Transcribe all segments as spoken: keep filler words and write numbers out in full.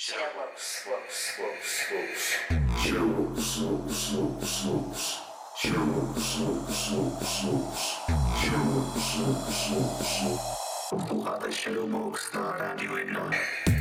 Porrada Shadowbox na rádio Enon.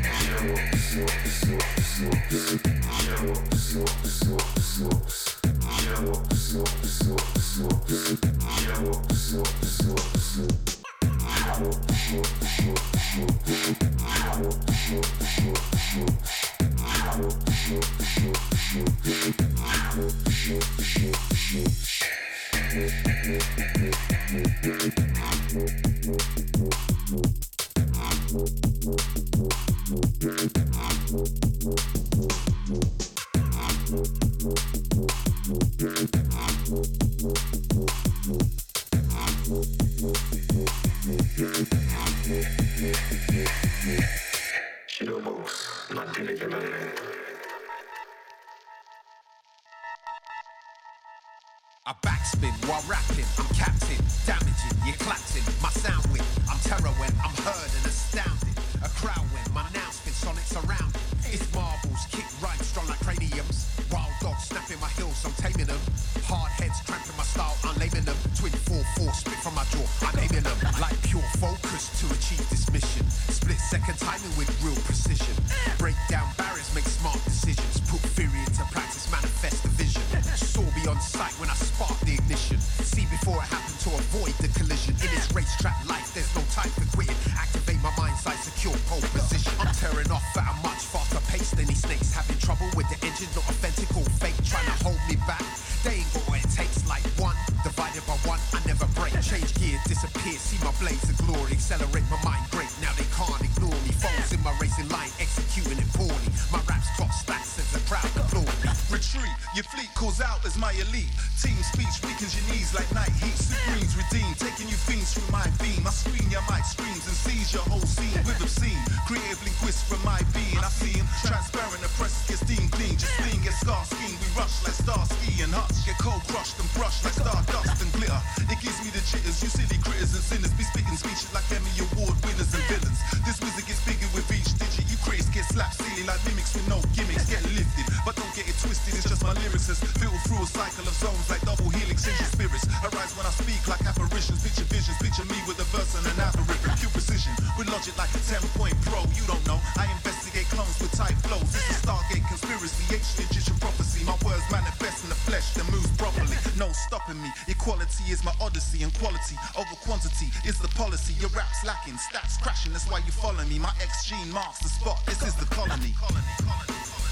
Shadowbox na telekanale. I backspin while rapping, I'm captain, damaging, you're clapping, my sound win. I'm terror when I'm heard and astounded. A crowd when my announcement sonics around it. It's marbles, kick rhymes strong like craniums. Wild dogs snapping my heels, I'm taming them. Hard heads cramping my style, I'm laming them. Twin four four spit from my jaw, I'm aiming them. Like pure focus to achieve this mission. Split second timing with real precision. Break down barriers, make smart decisions. Put theory into practice, manifest the vision. Saw beyond sight when I spark the ignition. See before it happened to avoid the collision. In this racetrack life, there's no time for quitting. Activate my mind's eye, secure pole position. I'm tearing off at a much faster pace than these snakes. Having trouble with the engine, not authentic or fake. Trying to hold me back, they ain't got what it takes. Like one, divided by one, I never break. Change gear, disappear, see my blaze of glory. Accelerate my mind, great, now they can't ignore me. Foes in my racing line, executing it poorly. My raps got stats as the crowd applaud me. Retreat, your fleet calls out as my elite. Team speech weakens your knees like night heat. Supremes redeemed, taking you fiends through my theme. I screen your mic screams and seize your whole scene with obscene. Creative linguists from my being, I see him transparent, the press gets steam clean. Just lean, get scar skiing, we rush like star ski and huts. Get cold crushed and brushed like stardust and glitter. It gives me the jitters, you silly critters and sinners. Be speaking speeches like Emmy Award winners and villains. This wizard gets bigger with each digit. You critics get slapped silly like mimics with no gimmicks. Get lifted, but don't get it twisted, it's just my lyrics as filter through a cycle of zones like double helix. Angel spirits arise when I speak like apparitions. Picture visions, picture me with a verse and an algorithm. Pure precision, with logic like a ten point pro. You don't know, I investigate clones with tight flows. This is Stargate conspiracy, ancient Egyptian prophecy. My words manifest in the flesh that moves properly. No stopping me, equality is my odyssey. And quality over quantity is the policy. Your rap's lacking, stats crashing, that's why you follow me. My X gene marks the spot, this is the colony. Colony, colony.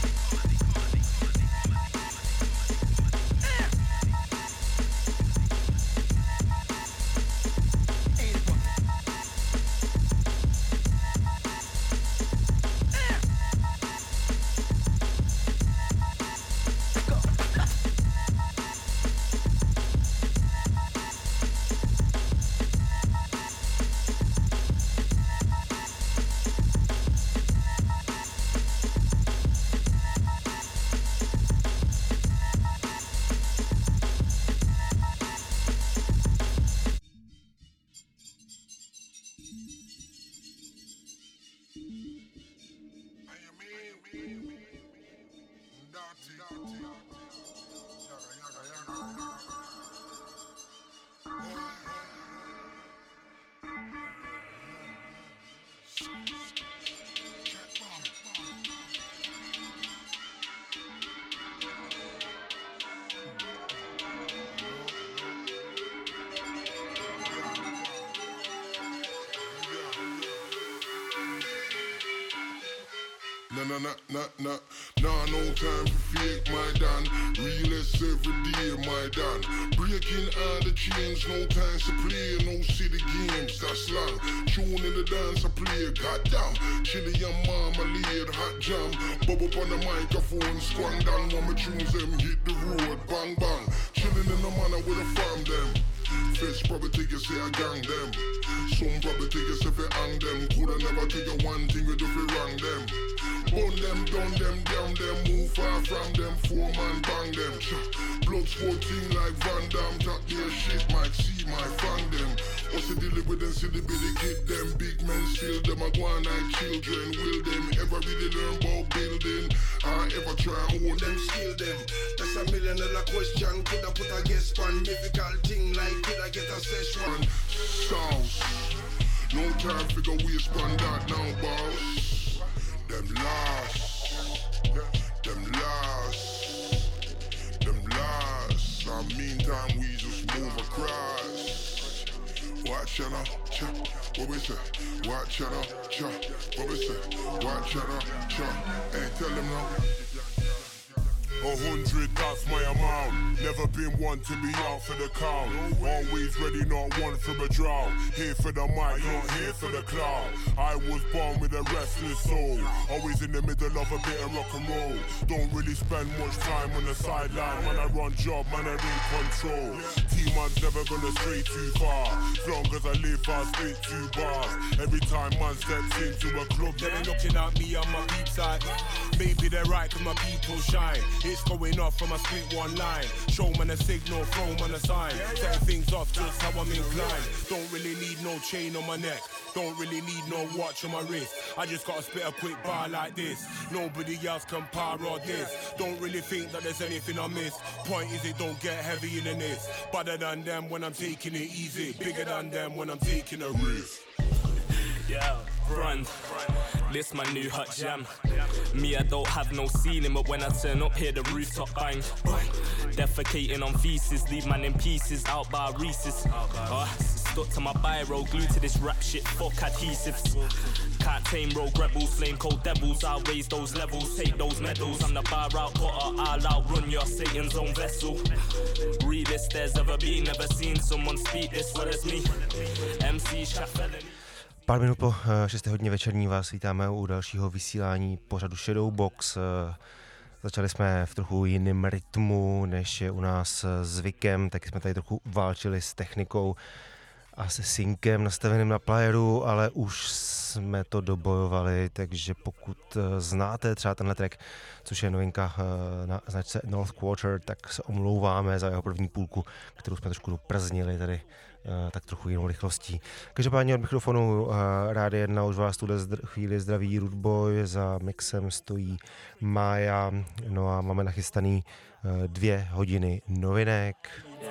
Nah, nah, nah, nah, nah, nah, no time for fake, my done. Realest every day, my done. Breaking all the chains, no time to play, no city games, that's long. Tune in the dance I play, goddamn. Chili and marmalade, hot jam. Bob up on the microphone, squang down when my tunes them hit the road, bang bang. Chilling in the manor with a farm them. Fetch probably take you say I gang them. Some probably take you say fi hang them. Coulda never tell you one thing we do fi wrong them. Bun them, down them, down them, move far from them, four man bang them. Blood sporting like Van Damme, talk their shit, might see my fang them. What's to deliver them silly bitty kid them. Big men still them a go on like children. Will them ever really learn about building? I ever try and own them, skill them? That's a million dollar question. Could I put a guest on? Difficult thing like could I get a session? Sauce. No time for go waste on that now, boss. Them last. Them last. Them last. In the meantime, we just move across. Watch out, now, cha. What we say? Watch out, now, cha. What we say? Watch out, now, cha. Hey, tell them now. A hundred, that's my amount. Never been one to be out for the count. Always ready, not one for a drought. Here for the mic, not here for the cloud. I was born with a restless soul. Always in the middle of a bit of rock and roll. Don't really spend much time on the sideline. When I run job, man, I'm in control. T-man's never gonna stray too far. As long as I live, I'll spit two bars. Every time man steps into a club, they're looking at me on my beat side. Maybe they're right, cause my people shine. It's going off from a split one line. Show man a signal, throw man a sign. Setting things off just how I'm inclined. Don't really need no chain on my neck. Don't really need no watch on my wrist. I just gotta spit a quick bar like this. Nobody else can power this. Don't really think that there's anything I miss. Point is it don't get heavy in this. Better than them when I'm taking it easy. Bigger than them when I'm taking a risk. Yeah, run. This my new hot jam. Me, I don't have no ceiling, but when I turn up, hear the rooftop bang. Defecating on feces, leave man in pieces, out by Reese's. Uh, stuck to my biro, glued to this rap shit, fuck adhesives. Can't tame rogue rebels, flame cold devils. I'll raise those levels, take those medals. I'm the bar out potter, I'll outrun your Satan's own vessel. Realest there's ever been, never seen someone speak this well as me. M C Shaffelin. Pár minut po šesté hodině večerní vás vítáme u dalšího vysílání pořadu Shadowbox. Začali jsme v trochu jiném rytmu, než je u nás zvykem, tak jsme tady trochu válčili s technikou a se synkem nastaveným na playeru, ale už jsme to dobojovali, takže pokud znáte třeba tenhle track, což je novinka na značce North Quarter, tak se omlouváme za jeho první půlku, kterou jsme trošku doprznili tady tak trochu jinou rychlostí. Každopádně od mikrofonu Rádia jedna už vás tuhle zdr- chvíli zdraví Rudboy, za mixem stojí Mája, no a máme nachystaný dvě hodiny novinek.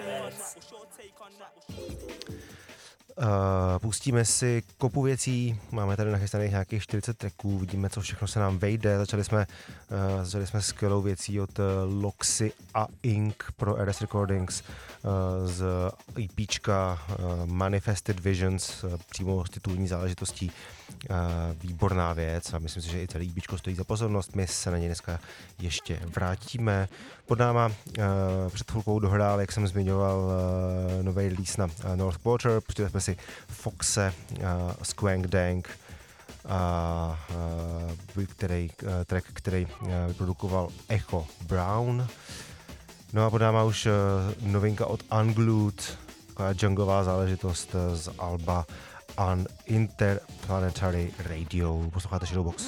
Uh, pustíme si kopu věcí, máme tady nachystaných nějakých čtyřicet tracků, vidíme, co všechno se nám vejde. Začali jsme, uh, začali jsme skvělou věcí od uh, Loxy a Ink pro R S Recordings uh, z EPčka uh, Manifested Visions, uh, přímo z titulní záležitostí. Uh, výborná věc a myslím si, že i celý EPčko stojí za pozornost. My se na něj dneska ještě vrátíme. Pod náma uh, před chvilkou dohrál, jak jsem zmiňoval, uh, nový release na uh, North Quarter. Pustili jsme si Foxe, uh, Squank Dank, uh, uh, který, uh, track, který uh, vyprodukoval Echo Brown. No a pod náma už uh, novinka od Unglued, taková junglová záležitost uh, z alba on Interplanetary Radio. Posloucháte Shadowbox.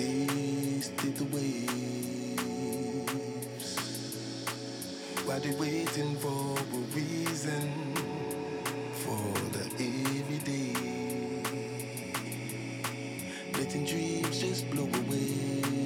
tasted the waves. While they waiting for a reason for the everyday, letting dreams just blow away.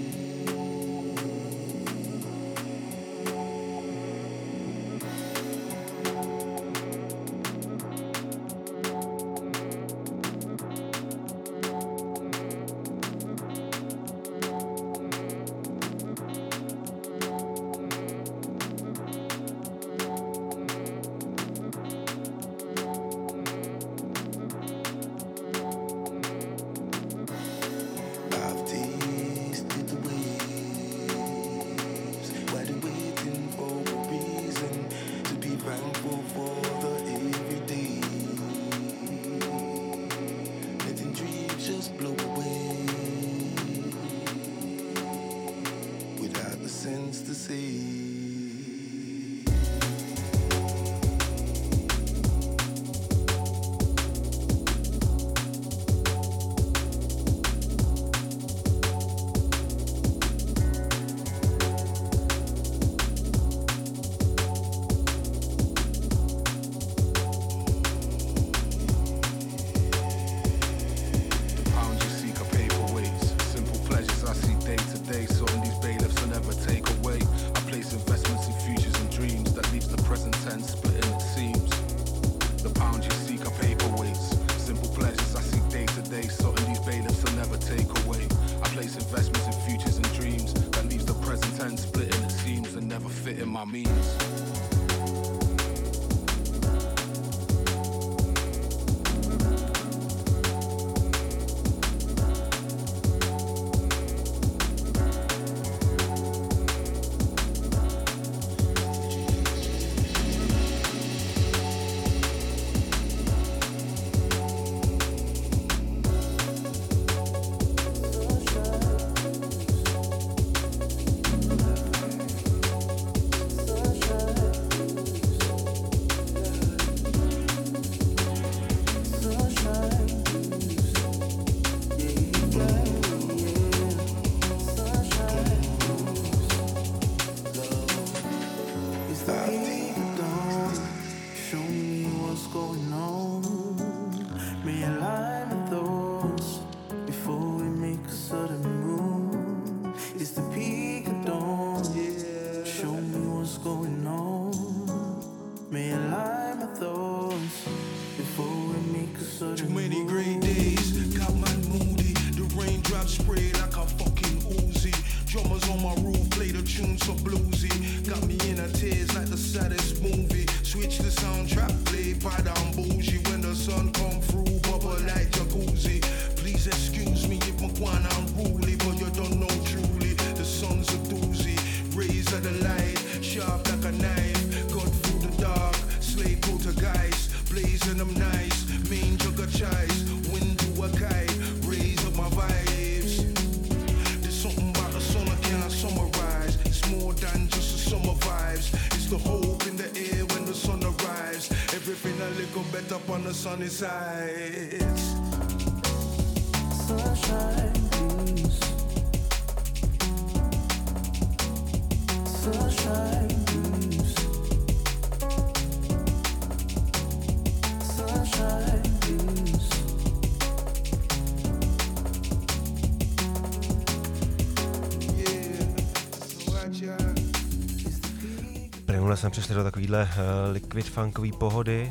Sunny sides. Sunshine blues. Sunshine blues. Sunshine blues. Yeah, watch out. Plynule jsme přišli do takovýhle uh, liquid funkový pohody.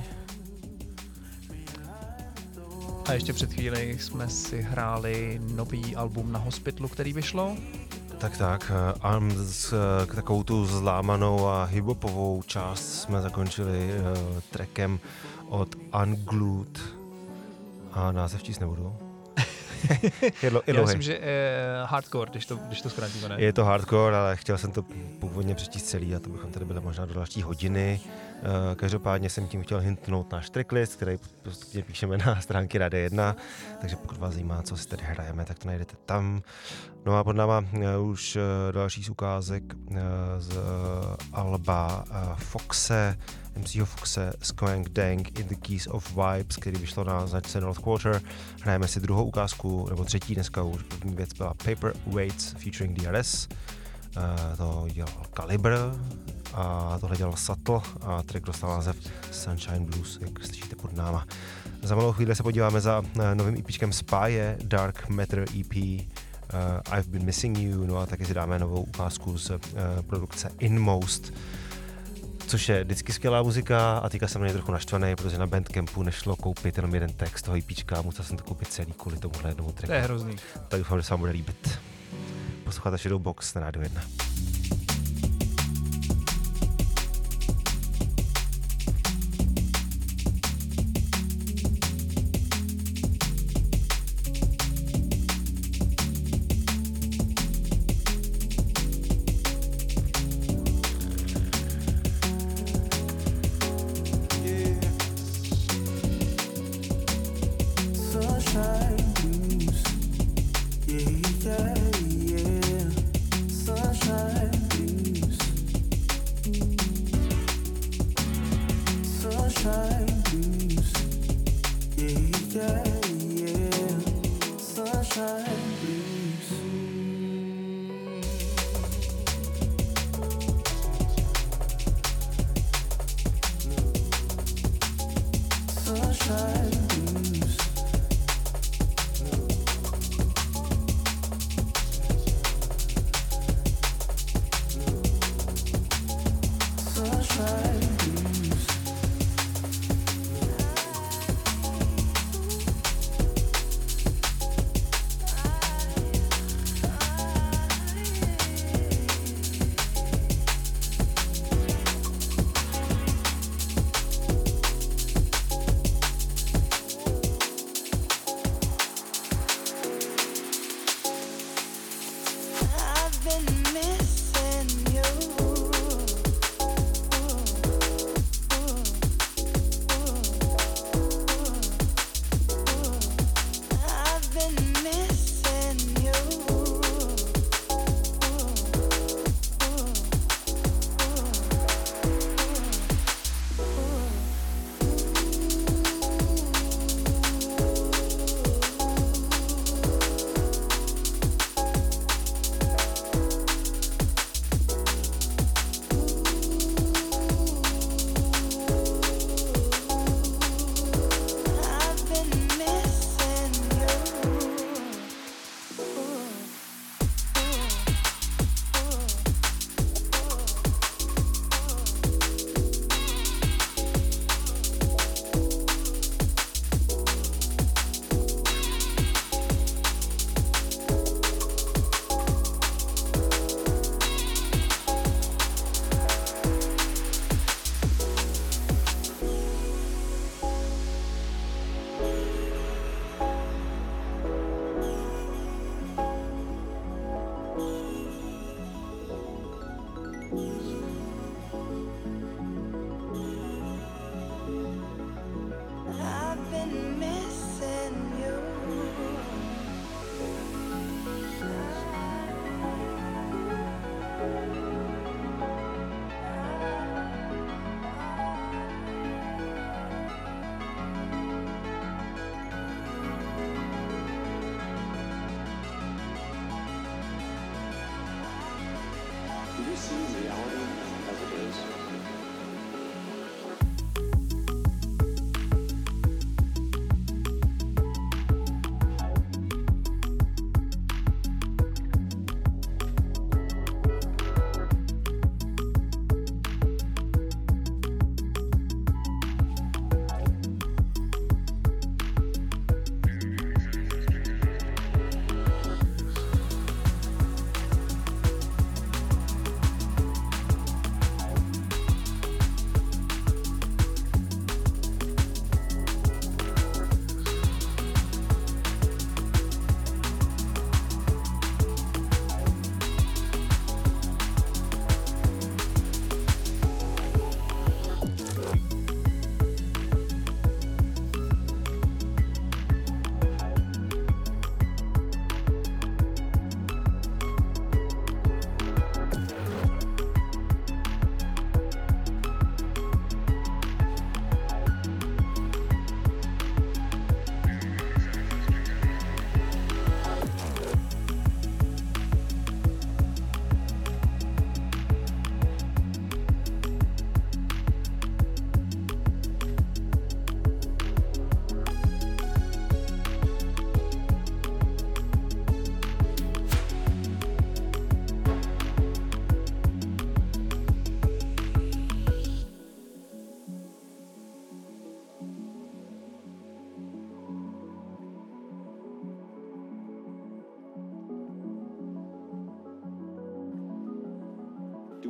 A ještě před chvíli jsme si hráli nový album na Hospitalu, který vyšlo. Tak tak, a s takovou tu zlámanou a hiphopovou část jsme zakončili uh, trackem od Unglued a název číst nebudu. je dlo, je Já myslím, že je hardcore, když to, když to zkrátíme, ne? Je to hardcore, ale chtěl jsem to původně přečíst celý a to bychom tady byli možná do další hodiny. Uh, každopádně jsem tím chtěl hintnout náš tracklist, který prostě píšeme na stránky Rádia jedna, takže pokud vás zajímá, co si tady hrajeme, tak to najdete tam. No a pod náma uh, už uh, další z ukázek uh, z uh, alba uh, Foxe em cé Foxe Skank Dank in the Keys of Vibes, který vyšlo na značce North Quarter. Hrajeme si druhou ukázku, nebo třetí dneska už. První věc byla Paperweights featuring D R S. Uh, to dělal Calibre a tohle dělal Subtle a track dostal název Sunshine Blues, jak slyšíte pod náma. Za malou chvíli se podíváme za uh, novým EPčkem Spye, Dark Matter E P, uh, I've Been Missing You, no a taky si dáme novou ukázku z uh, produkce Inmost, což je vždycky skvělá muzika a teďka jsem na ně trochu naštvaný, protože na Bandcampu nešlo koupit jenom jeden text toho EPčka, musel jsem to koupit celý kvůli tomuhle jednomu tracku. To je hrozný. Tak doufám, že se vám bude líbit. Posloucháte Shadowbox na Rádiu jedna.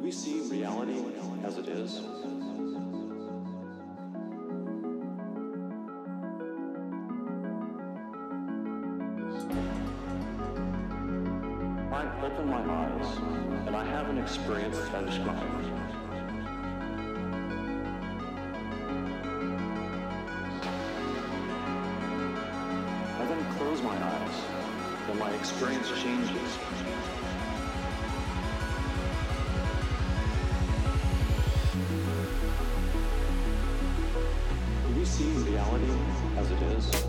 we see reality as it is? I open my eyes and I have an experience that I describe. I then close my eyes and my experience changes. Do we see reality as it is?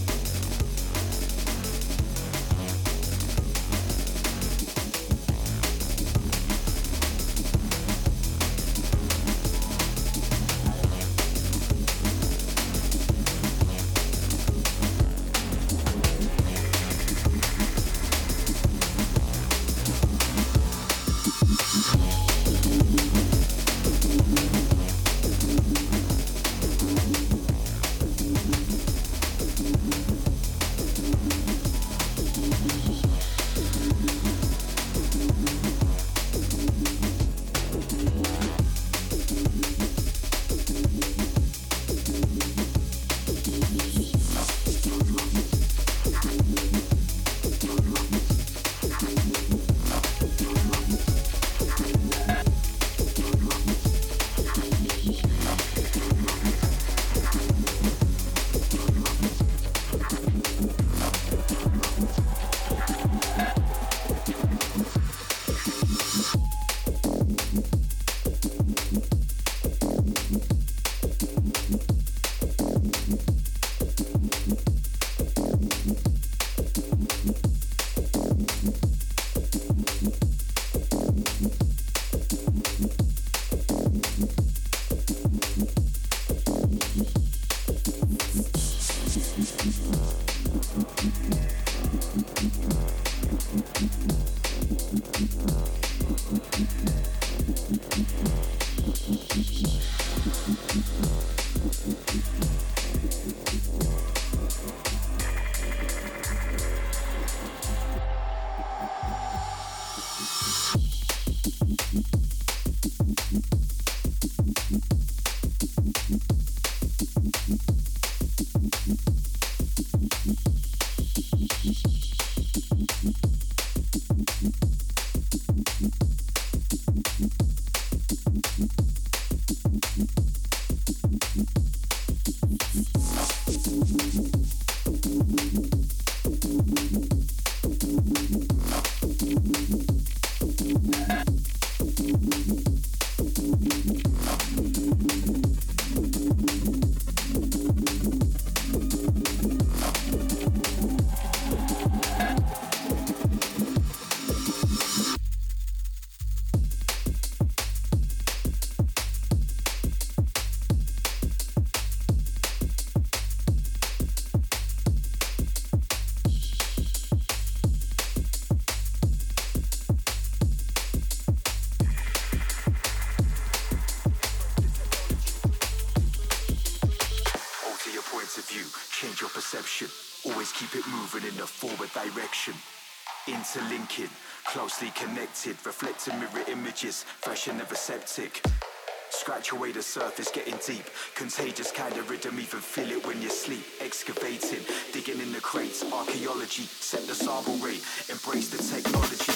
Interlinking, closely connected, reflecting mirror images, fresh and never septic. Scratch away the surface, getting deep. Contagious kind of rhythm, even feel it when you sleep. Excavating, digging in the crates, archaeology, set the sample rate, embrace the technology.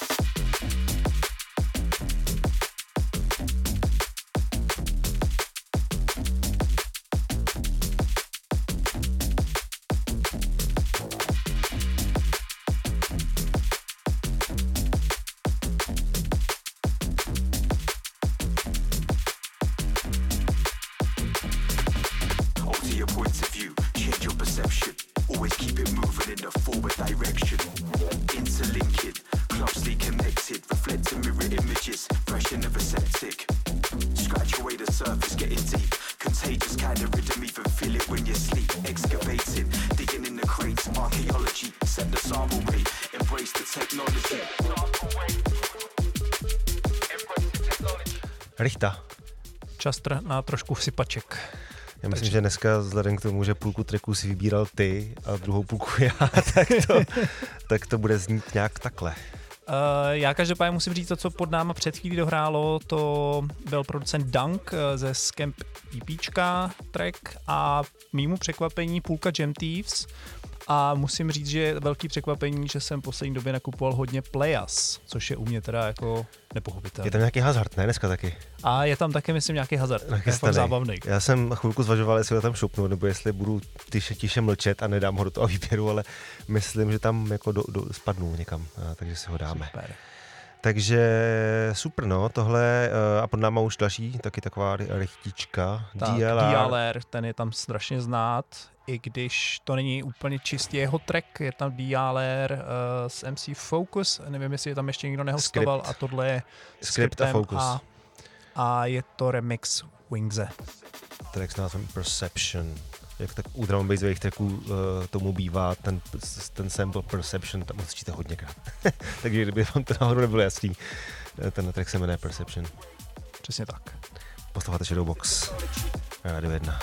Richta. Čas na trošku vsypaček. Já myslím, Takže... že dneska vzhledem k tomu, že půlku tracků si vybíral ty a druhou půlku já, tak to, tak to bude znít nějak takhle. Uh, já každopádně musím říct to, co pod náma před chvílí dohrálo, to byl producent Dunk uh, ze Scamp EPčka track a mýmu překvapení půlka Jam Thieves. A musím říct, že je velký překvapení, že jsem v poslední době nakupoval hodně Playas, což je u mě teda jako nepochopitelné. Je tam nějaký hazard, ne dneska taky? A je tam taky, myslím, nějaký hazard. Je fakt zábavný. Já jsem chvilku zvažoval, jestli ho tam šupnu, nebo jestli budu tiše, tiše mlčet a nedám ho do toho výběru, ale myslím, že tam jako do, do, spadnu někam, a, takže si ho dáme. Super. Takže super, no, tohle a pod náma už další, taky taková rychtička. Tak, D L R. D L R, ten je tam strašně znát, i když to není úplně čistě jeho track, je tam D L R uh, s M C Focus, nevím, jestli je tam ještě někdo nehostoval, Script. a tohle je Script a Focus. A, a je to remix Wingse. Track s názvem Perception. Jak tak u drum and bassových tracků uh, tomu bývá, ten, ten sample Perception, tam uslyšíte hodněkrát. Takže kdyby vám to náhodou nebylo jasný, ten track se jmenuje Perception. Přesně tak. Posloucháte Shadowbox. Rádio jedna.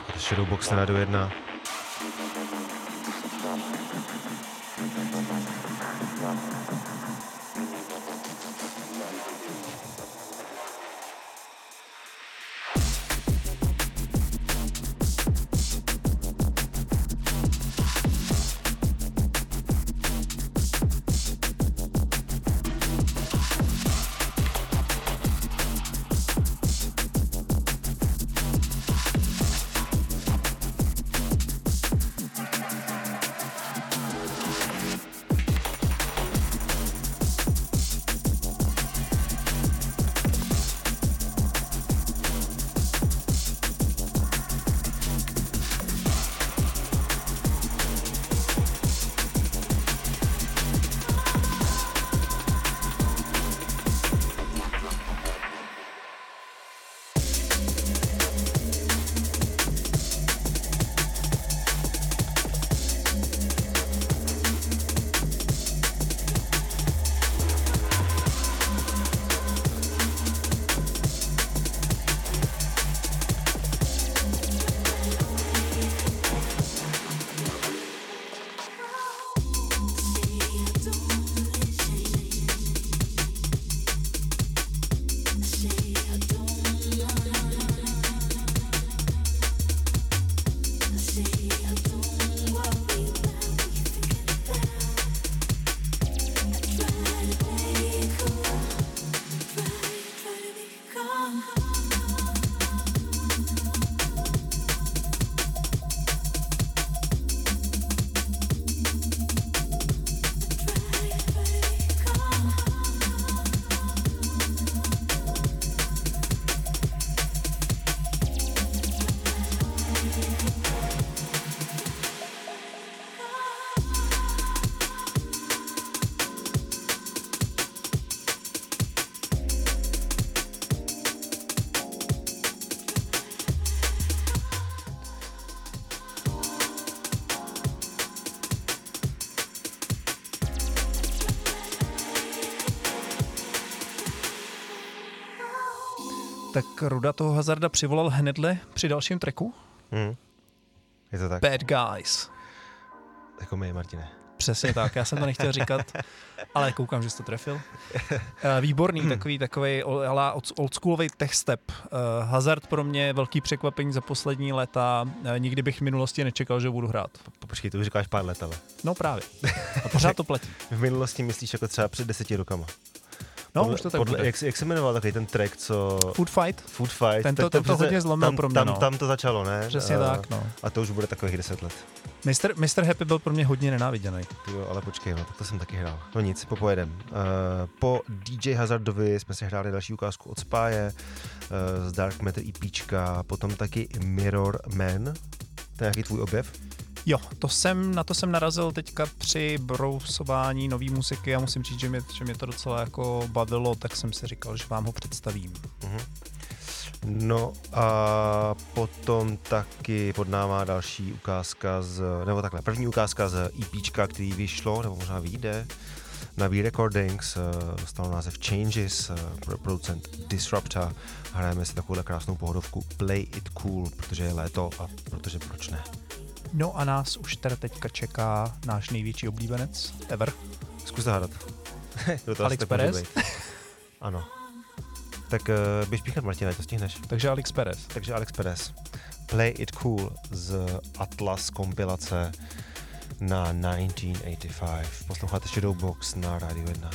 Shadowbox na Rádiu jedna. Tak Ruda toho Hazarda přivolal hnedle při dalším tracku. Hmm. Je to tak. Bad Guys. Jako my, Martine. Přesně tak, já jsem to nechtěl říkat, ale koukám, že jsi to trefil. Výborný, takový, takový oldschoolový tech step. Hazard pro mě velký překvapení za poslední léta. Nikdy bych v minulosti nečekal, že budu hrát. Počkej, to už říkáš pár let, ale. No právě. A pořád to platí. V minulosti myslíš jako třeba před deseti rokama. No, podle, už to tak podle, bude. jak, jak se jmenoval takový ten track, co... Food Fight? Food Fight. Ten to, to, to hodně zlomil tam, pro mě, tam, no. Tam to začalo, ne? Přesně a, tak, no. A to už bude takových deset let. mister mister Happy byl pro mě hodně nenáviděný. Jo, ale počkej, no, tak to jsem taky hrál. No nic, popojedem. Uh, po D J Hazardovi jsme si hráli další ukázku od Spáje, uh, z Dark Matter EPčka, potom taky Mirror Man. To je nějaký tvůj objev? Jo, to jsem, na to jsem narazil teďka při brousování nový muziky a musím říct, že mě, že mě to docela jako bavilo, tak jsem si říkal, že vám ho představím. Uh-huh. No a potom taky pod náma další ukázka z, nebo takhle, první ukázka z EPčka, který vyšlo, nebo možná vyjde, na V-Recordings, stalo název Changes, producent Disrupta. Hrajeme si takovou krásnou pohodovku Play It Cool, protože je léto a protože proč ne. No a nás už teda teďka čeká náš největší oblíbenec ever. Zkus zahádat. Alex Perez. Ano. Tak uh, běž píchat, Martina, to stihneš. Takže Alex Perez. Takže Alex Perez. Play It Cool z Atlas kompilace na devatenáct osmdesát pět. Posloucháte Shadowbox na Rádiu jedna.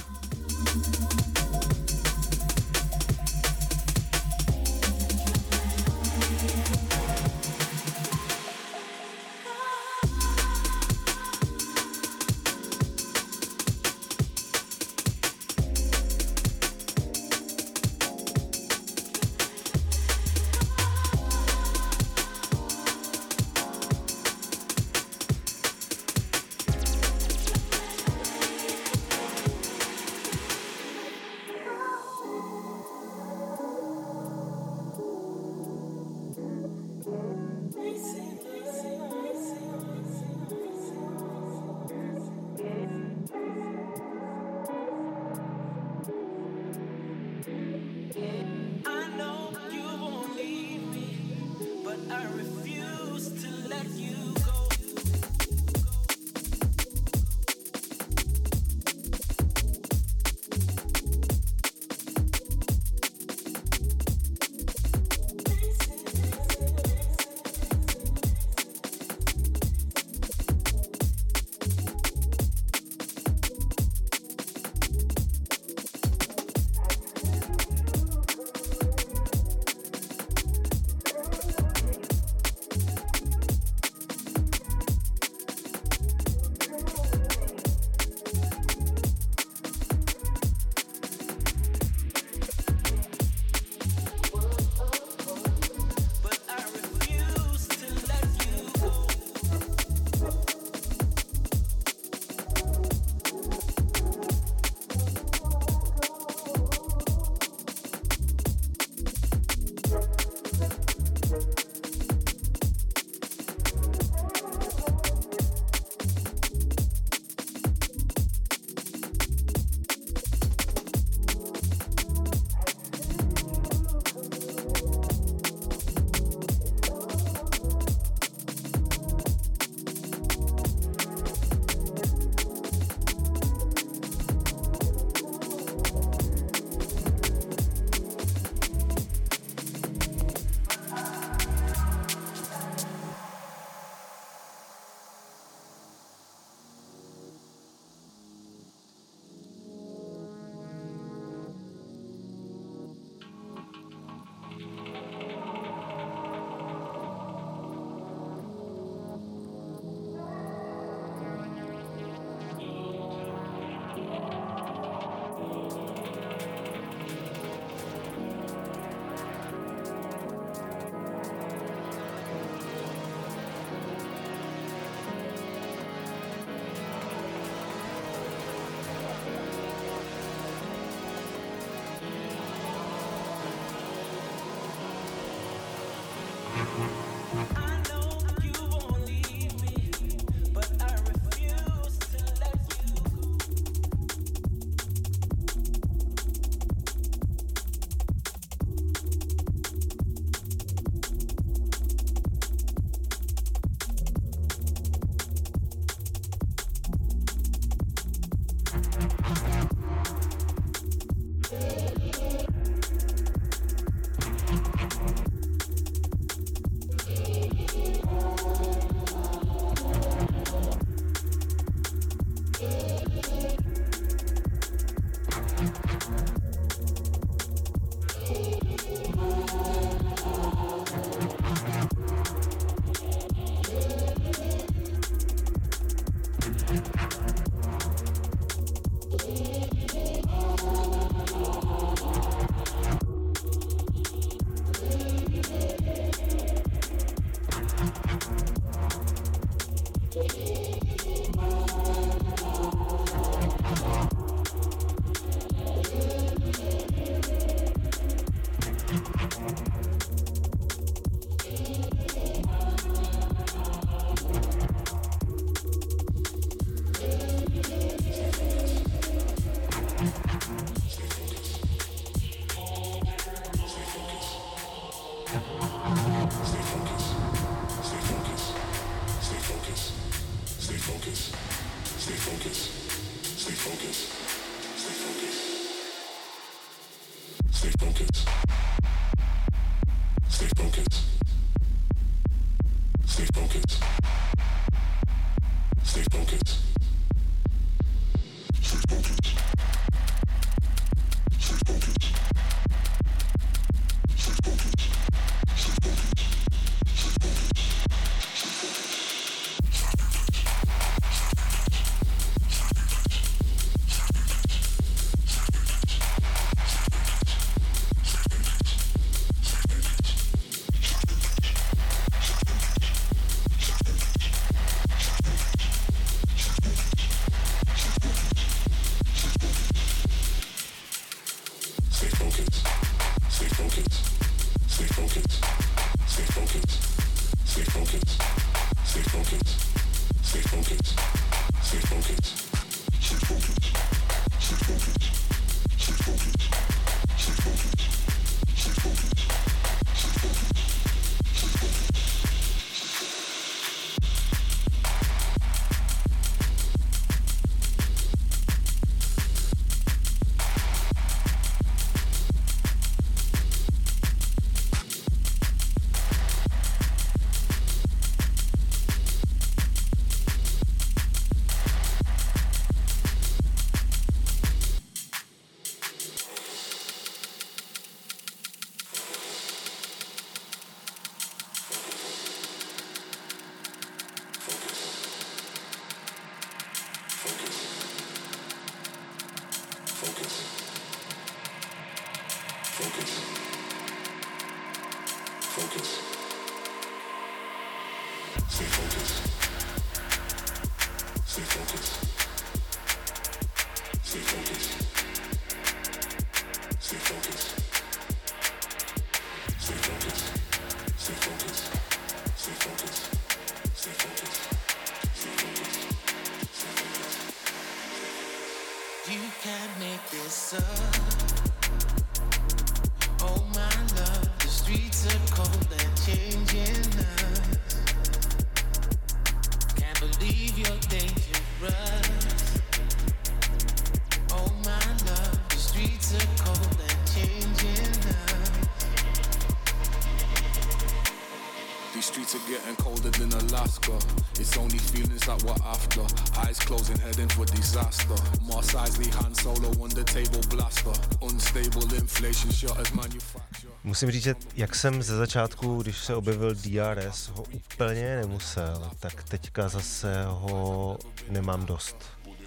Musím říct, že jak jsem ze začátku, když se objevil D R S, ho úplně nemusel, tak teďka zase ho nemám dost.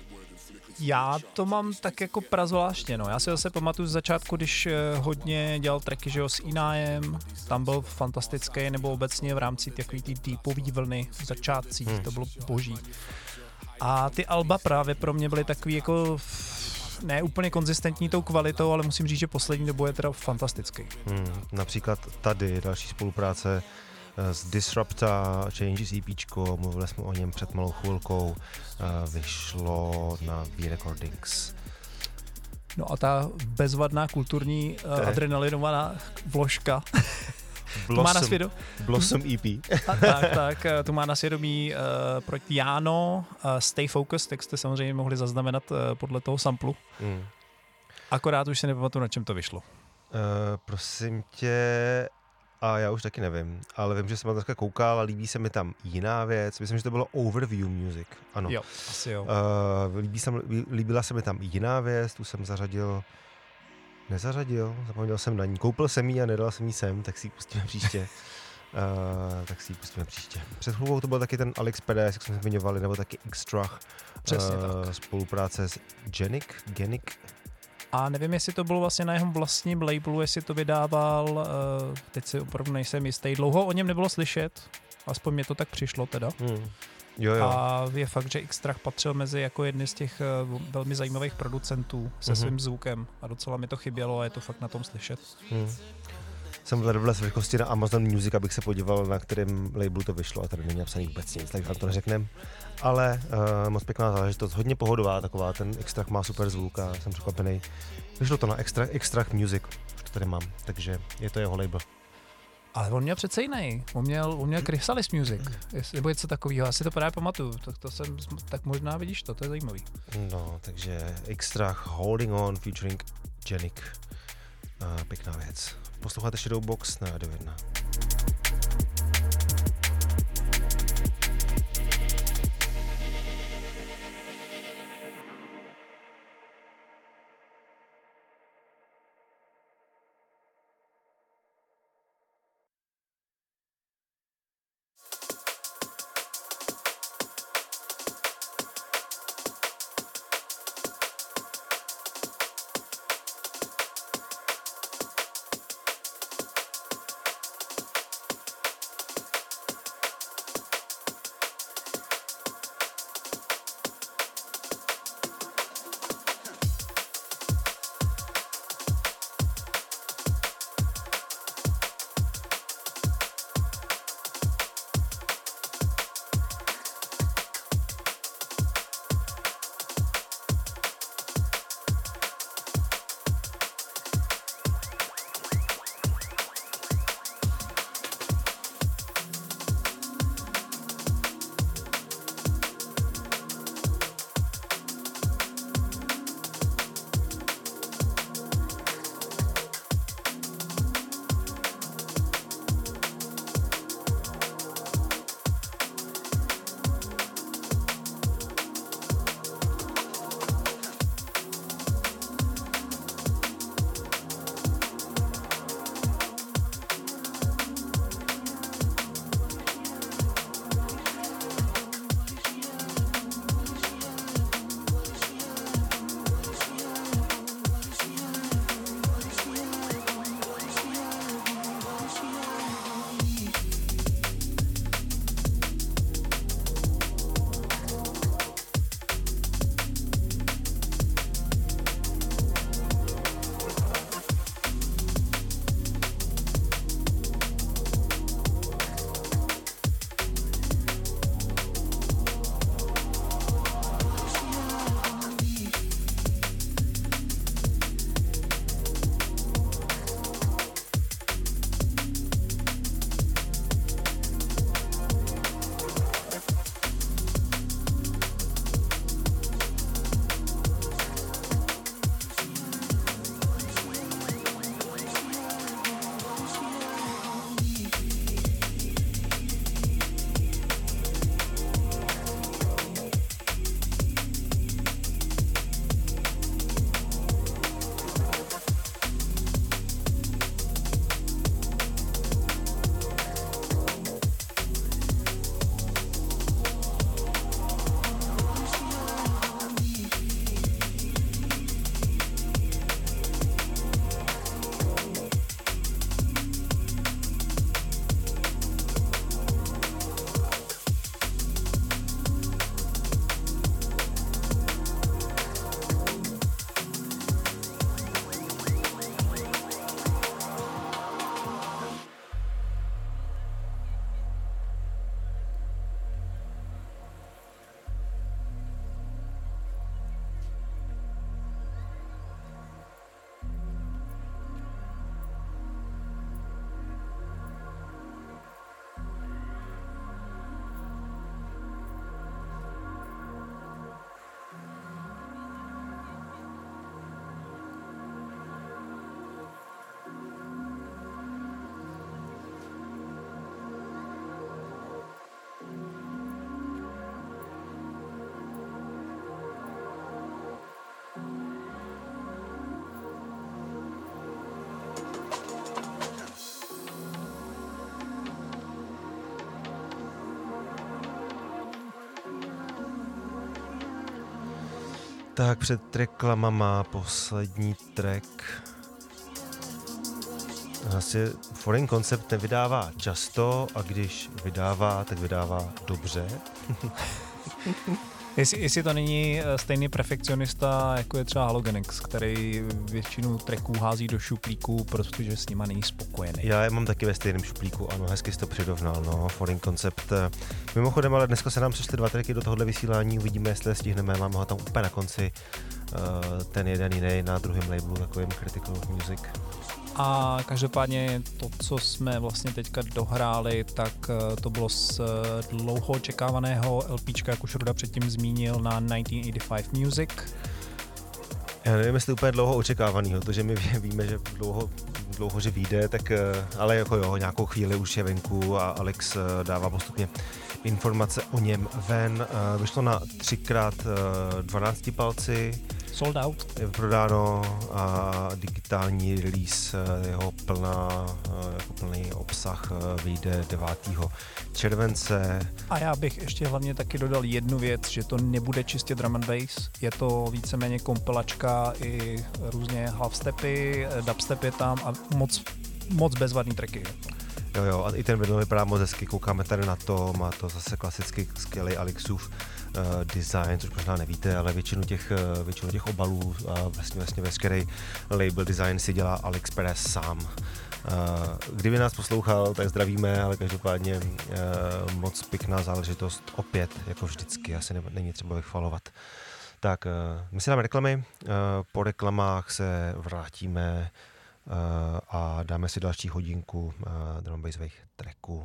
Já to mám tak jako prazvláštně, no. Já si zase pamatuju z začátku, když hodně dělal tracky, že jo, s Inaem, tam byl fantastický, nebo obecně v rámci takový ty deepový vlny v začátcích, hmm. to bylo boží. A ty alba právě pro mě byly takový jako ne úplně konzistentní tou kvalitou, ale musím říct, že poslední dobou je teda fantastický. Hmm, například tady další spolupráce s Disrupta, Changes EPčko, mluvili jsme o něm před malou chvilkou, vyšlo na V-Recordings. No a ta bezvadná kulturní uh, adrenalinovaná vložka, Blossom, má na svědomí, Blossom E P. a, tak, tak, tu má na svědomí uh, projekt Jano, uh, Stay Focused, tak jste samozřejmě mohli zaznamenat uh, podle toho samplu. Hmm. Akorát už se nepamatuju, na čem to vyšlo. Uh, prosím tě, a já už taky nevím, ale vím, že jsem na to koukal a líbí se mi tam jiná věc. Myslím, že to bylo Overview Music. Ano. Jo, asi jo. Uh, líbí se, líbila se mi tam jiná věc, tu jsem zařadil, nezařadil, zapomněl jsem na ní. Koupil jsem ji a nedal jsem ji sem, tak si ji pustíme příště. Uh, tak si ji pustíme příště. Před chvilkou to byl taky ten Alex P D S, jak jsme zmiňovali, nebo taky Xtrach. Přesně uh, tak. Spolupráce s Genik, Genik. A nevím, jestli to bylo vlastně na jeho vlastním labelu, jestli to vydával, uh, teď si opravdu nejsem jistý. Dlouho o něm nebylo slyšet, aspoň mě to tak přišlo teda. Hmm. Jo, jo. A je fakt, že Xtrach patřil mezi jako jedny z těch uh, velmi zajímavých producentů se Mhm. svým zvukem a docela mi to chybělo a je to fakt na tom slyšet. Hmm. Jsem hledal v rychlosti na Amazon Music, abych se podíval, na kterém labelu to vyšlo a tady není napsaný vůbec nic, tak vám to neřeknem. Ale uh, moc pěkná záležitost, hodně pohodová taková, ten Xtrach má super zvuk a jsem překvapený. Vyšlo to na Xtrach, Xtrach Music, už to tady mám, takže je to jeho label. Ale on měl přece jiný. On měl, on měl Chrysalis Music, jestli, nebo něco takového. Já si to právě pamatuju. Tak, to jsem, tak možná vidíš to, to je zajímavý. No, takže Xtrach Holding On featuring Jenik. Uh, pěkná věc. Posloucháte Shadowbox na Radio jedna. Tak před reklamama poslední track. Asi Foreign Concept nevydává často a když vydává, tak vydává dobře. Jestli, jestli to není stejný perfekcionista, jako je třeba Halogenix, který většinu tracků hází do šuplíku, protože s nima není spokojený. Já je mám taky ve stejném šuplíku, ano, hezky jsi to přirovnal, no, Foreign Concept. Mimochodem, ale dneska se nám přišly dva tracky do tohohle vysílání, uvidíme, jestli je stihneme, máme ho tam úplně na konci, ten jeden jiný na druhém labelu, takovým Critical Music. A každopádně to, co jsme vlastně teďka dohráli, tak to bylo z dlouho očekávaného LPčka, jak už Ruda předtím zmínil, na devatenáct osmdesát pět Music. Já nevím, jestli úplně dlouho očekávanýho, to, že my víme, že dlouho, dlouho že vyjde, tak, ale jako jo, nějakou chvíli už je venku a Alex dává postupně informace o něm ven. Vyšlo na třikrát dvanácti palci. Sold out. Je prodáno a digitální release, jeho plná, jako plný obsah vyjde devátého července. A já bych ještě hlavně taky dodal jednu věc, že to nebude čistě drum and bass, je to víceméně kompilačka i různě halfstepy, dubstep je tam a moc, moc bezvadný tracky. Jo, jo, a i ten video vypadá moc hezky, koukáme tady na to, má to zase klasicky skvělý Alexův uh, design, což možná nevíte, ale většinu těch, uh, většinu těch obalů a vlastně, vlastně veškerý label design si dělá Alex Perez sám. Uh, kdyby nás poslouchal, tak zdravíme, ale každopádně uh, moc pěkná záležitost, opět, jako vždycky, asi ne, není třeba vychvalovat. Tak, uh, my si dáme reklamy, uh, po reklamách se vrátíme Uh, a dáme si další hodinku uh, drum bassových tracků.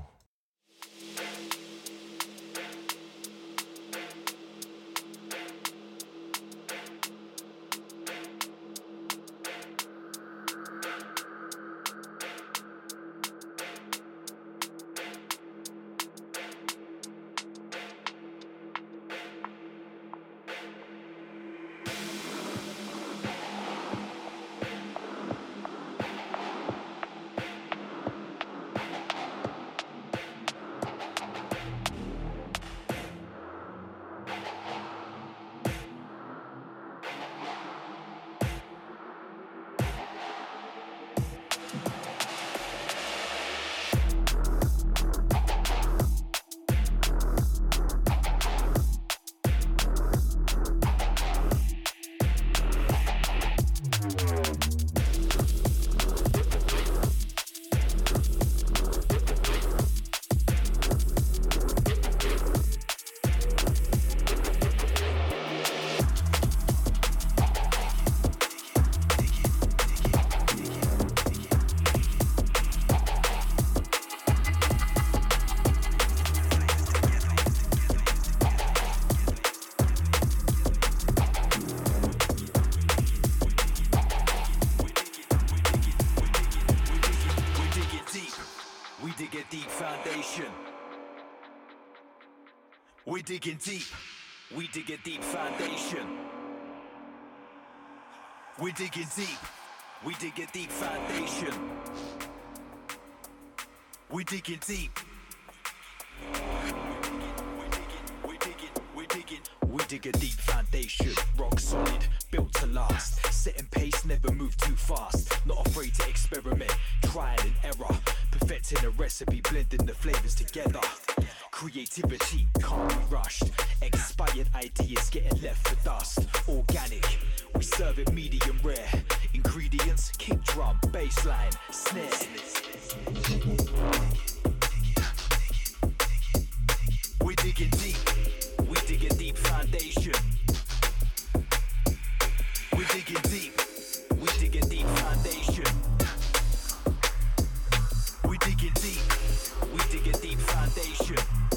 We digging deep, we dig a deep foundation. We digging deep, we dig a deep foundation. We digging deep. We digging, we digging, we dig a deep foundation. Rock solid, built to last. Setting pace, never move too fast. Not afraid to experiment, trial and error. Perfecting a recipe, blending the flavors together. Creativity can't be rushed. Expired ideas getting left for dust. Organic, we serve it medium rare. Ingredients, kick drum, bass line, snare. We digging deep, we dig a deep foundation. We digging deep, we dig a deep foundation. We digging deep, we dig a deep foundation.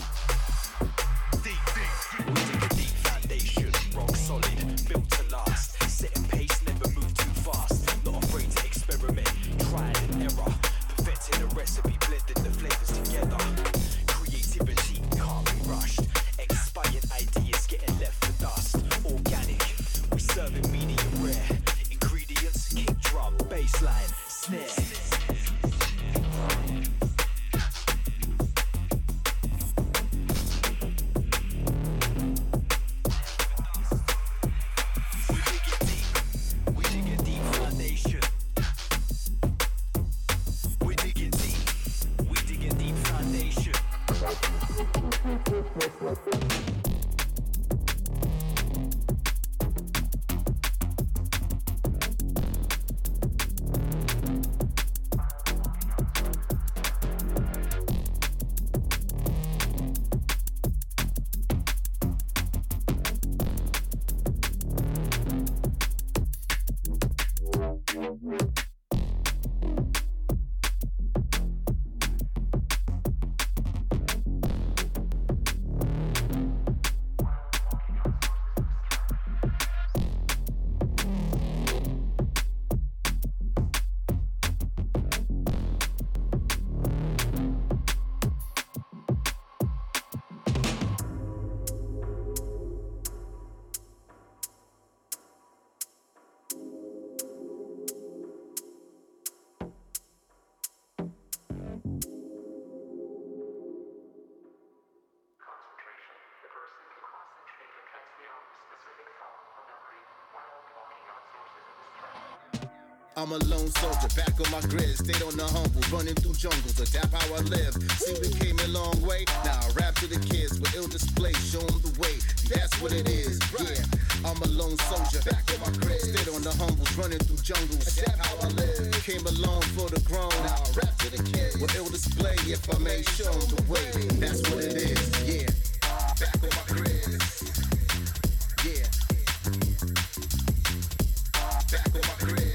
Built to last, setting pace, never move too fast. Not afraid to experiment, trial and error. Perfecting a recipe, blending the flavors together. Creativity can't be rushed. Expired ideas getting left for dust. I'm a lone soldier, back on my grid, stayed on the humble, running through jungles, adapt how I live. See, we came a long way, now I rap to the kids with ill display, show them the way, that's what it is, yeah. I'm a lone soldier, back on my grid, stayed on the humbles, running through jungles, adapt how I live. Came along for the grown, now I rap to the kids with ill display, if I may show them the way, that's what it is, yeah. Back on my grid, yeah. Back on my grid.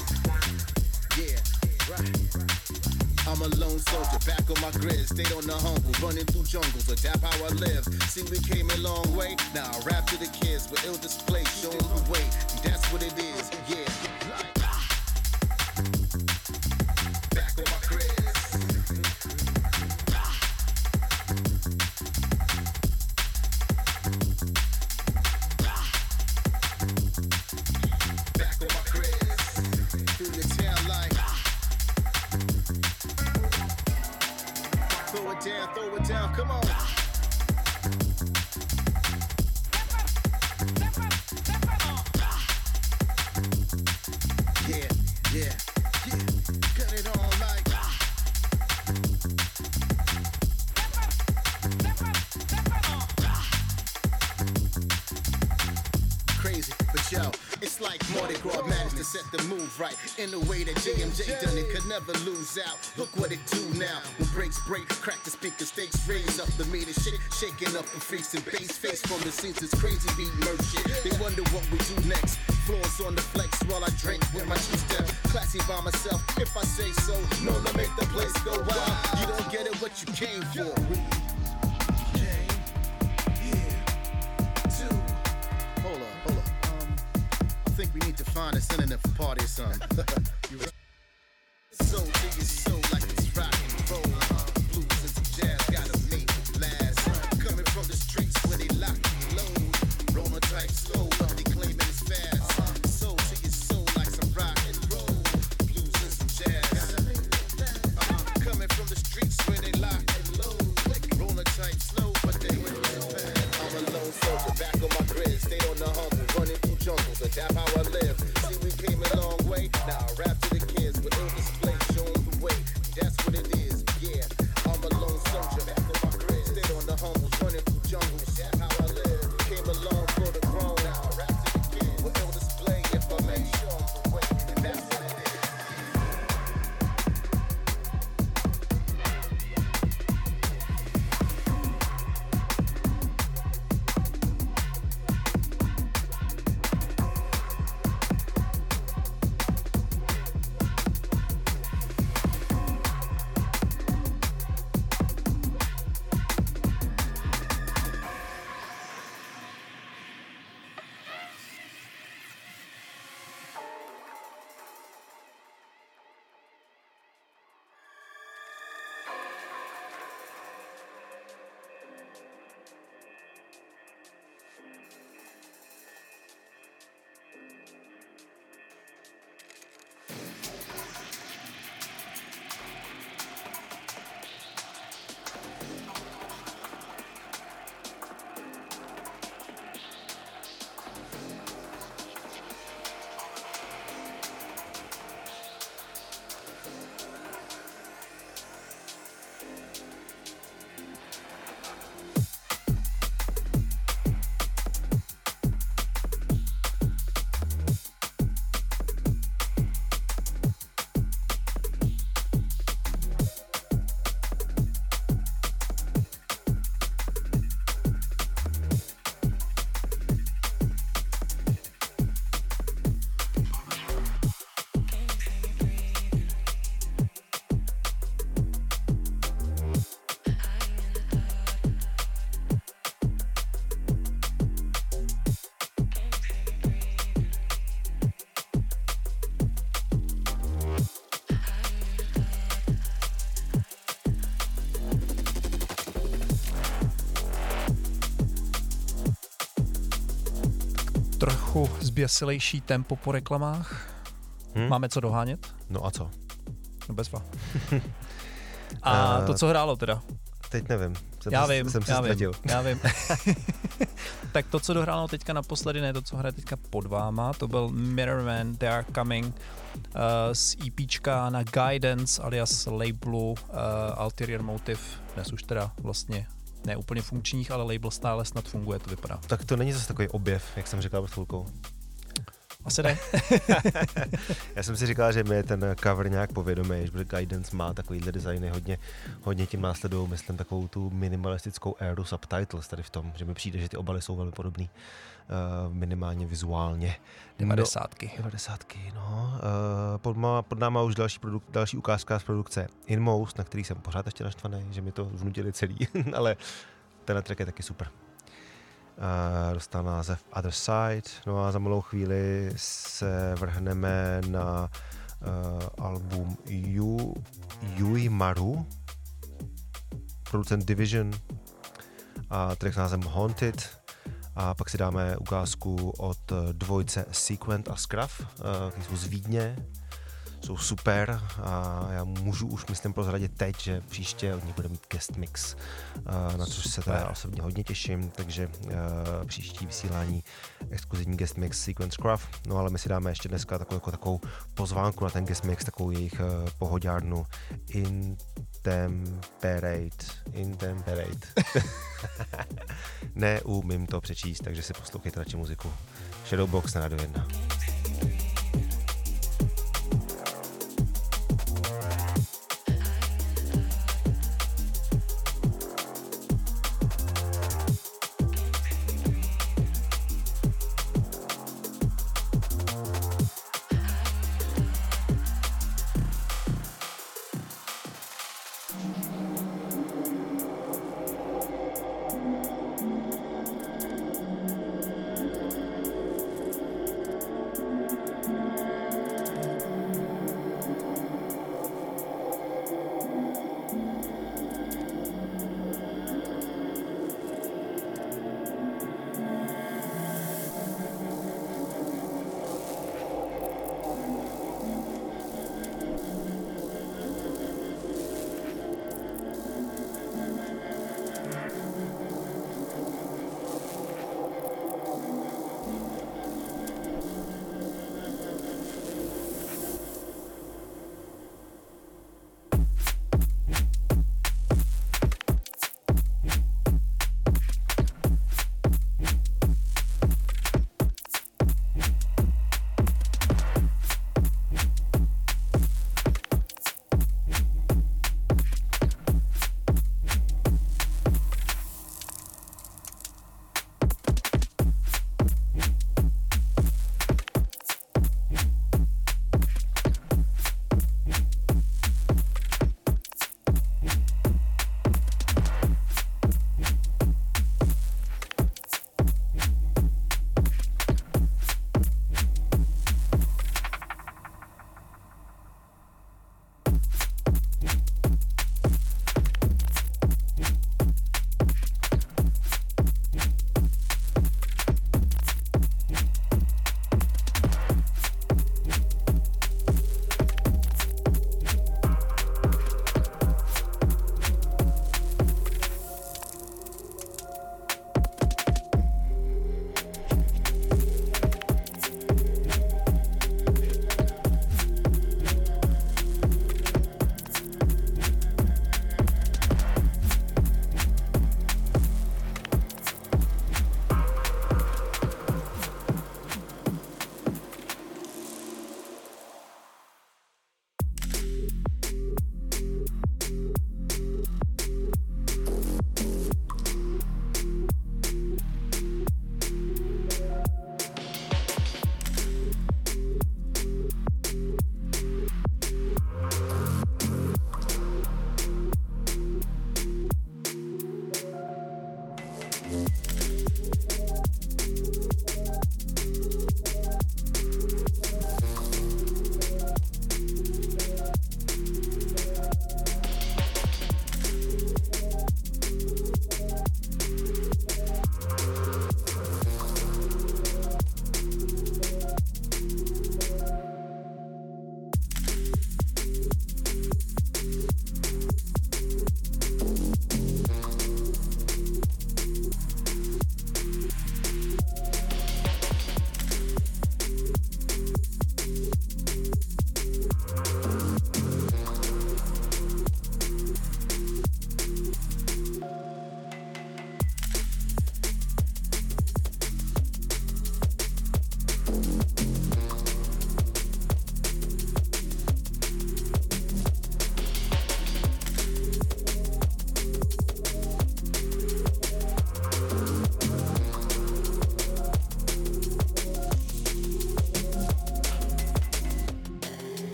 I'm a lone soldier, back on my grid, stayed on the humble, running through jungles, adapt how I live. See, we came a long way, now I rap to the kids with ill display, show them the way, that's what it is, yeah. Back on my grid. Back on my grid. Through your town like throw it down, throw it down, come on. Yeah, yeah, yeah, cut it on like crazy, but yo, it's like Mardi Gras managed to set the move right in the way that J M J done it, could never lose out. Look what it do now. When breaks break, crack the speaker, stakes raise up the meter, shit, shaking up the face and bass face from the scenes. It's crazy beat merch shit. They wonder what we do next. Floors on the flex while I drink with my two step. Classy by myself, if I say so. No, to make the place go wild. You don't get it what you came for. Hold up, hold up. Um, I think we need to find a synonym for party or something. You right? So dig it so like it's rock and roll. Uh, blues and some jazz gotta make it last. Coming from the streets where they lock and load. Roller type slow, but they claiming it's fast. So dig it so like some rock and roll. Blues and some jazz. Uh, coming from the streets where they lock and load. Roller type slow, but they claiming it's fast. I'm a lone soldier, back on my grid, stayed on the humble, running through jungles, adapt how I live. See, we came a long way, now I rap to the kids with ill display, show them the way, that's what it is, yeah. I'm a lone soldier, back on my grid, stayed on the humble, running through jungles, that's how I live. Came along for the grown, now I rap to the kids with ill display, if I may show them the way, that's what it is. Trochu zběsilejší tempo po reklamách. Hmm? Máme co dohánět? No a co? No bezva. A to, co hrálo teda? Teď nevím. Jsem já to, vím, jsem já se vím, já vím. Tak to, co dohrálo teďka naposledy, ne to, co hraje teďka pod váma, to byl Mirrorman, They Are Coming uh, z EPčka na Guidance alias labelu uh, Ulterior Motive, dnes už teda vlastně ne úplně funkčních, ale label stále snad funguje, to vypadá. Tak to není zase takový objev, jak jsem říkal před chvilkou. Asi ne. Já jsem si říkal, že mi je ten cover nějak povědomý, že Guidance má takovýhle designy, hodně, hodně tím následují, myslím, takovou tu minimalistickou éru subtitles tady v tom, že mi přijde, že ty obaly jsou velmi podobný, uh, minimálně vizuálně. devadesátky. No, devadesátky, no. Uh, pod, má, pod náma už další, produk, další ukázka z produkce Inmost, na který jsem pořád ještě naštvaný, že mi to vnutili celý, ale tenhle track je taky super. Uh, dostal název Other Side, no a za malou chvíli se vrhneme na uh, album Yu, Yui Maru, producent Division a track s názvem Haunted, a pak si dáme ukázku od dvojce Sequent a Scruff, uh, který jsou z Vídně, jsou super a já můžu už myslím prozradit teď, že příště od nich bude mít guest mix, na což se teda osobně hodně těším, takže uh, příští vysílání exkluzivní guest mix Sequence Scruff, no ale my si dáme ještě dneska takovou, jako takovou pozvánku na ten guest mix, takovou jejich uh, pohodárnu Intemperate, Intemperate. Neumím to přečíst, takže si poslouchejte radši muziku. Shadowbox na Radio jedna.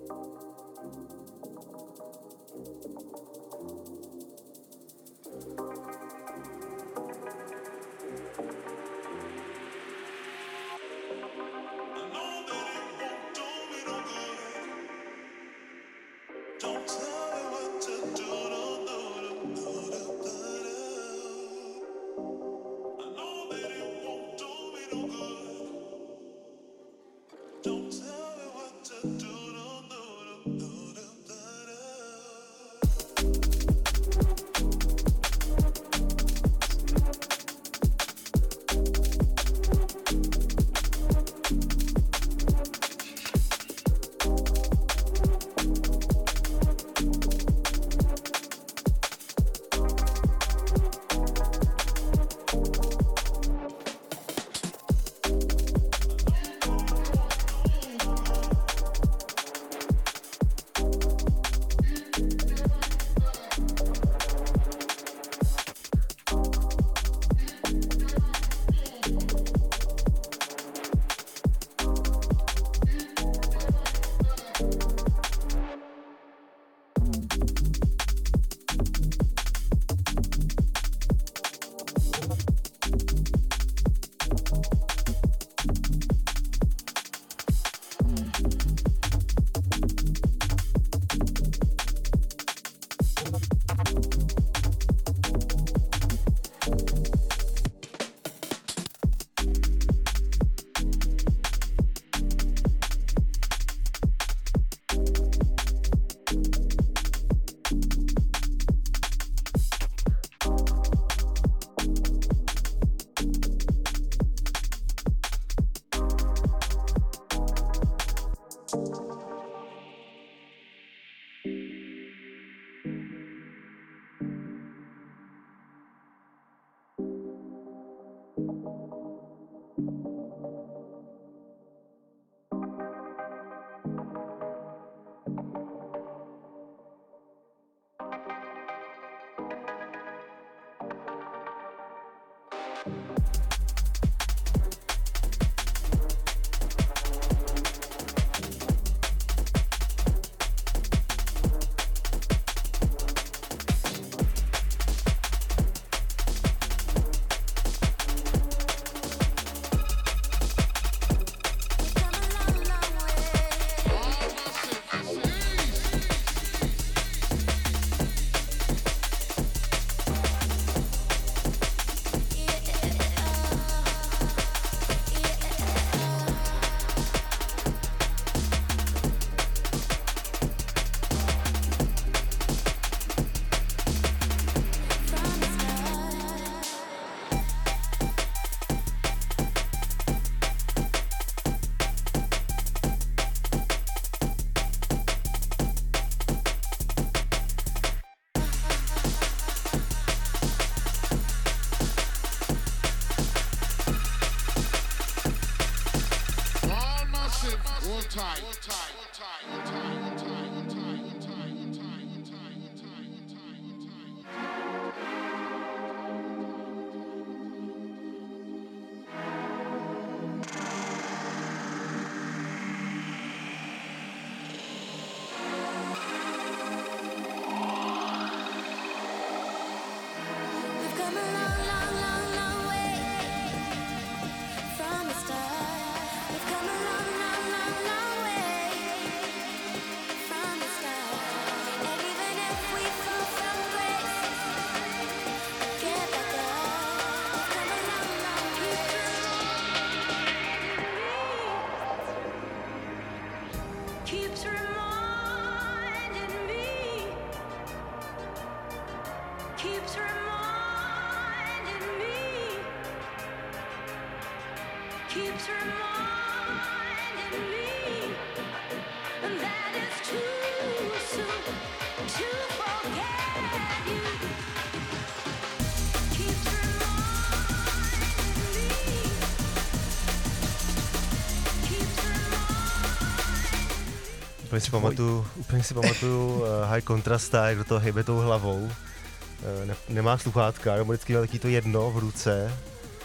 Úplně si pamatuju, úplně si pamatuju uh, High Contrasta, jak do toho hejbe tou hlavou. Uh, ne, nemá sluchátka, nebo vždycky měl taky to jedno v ruce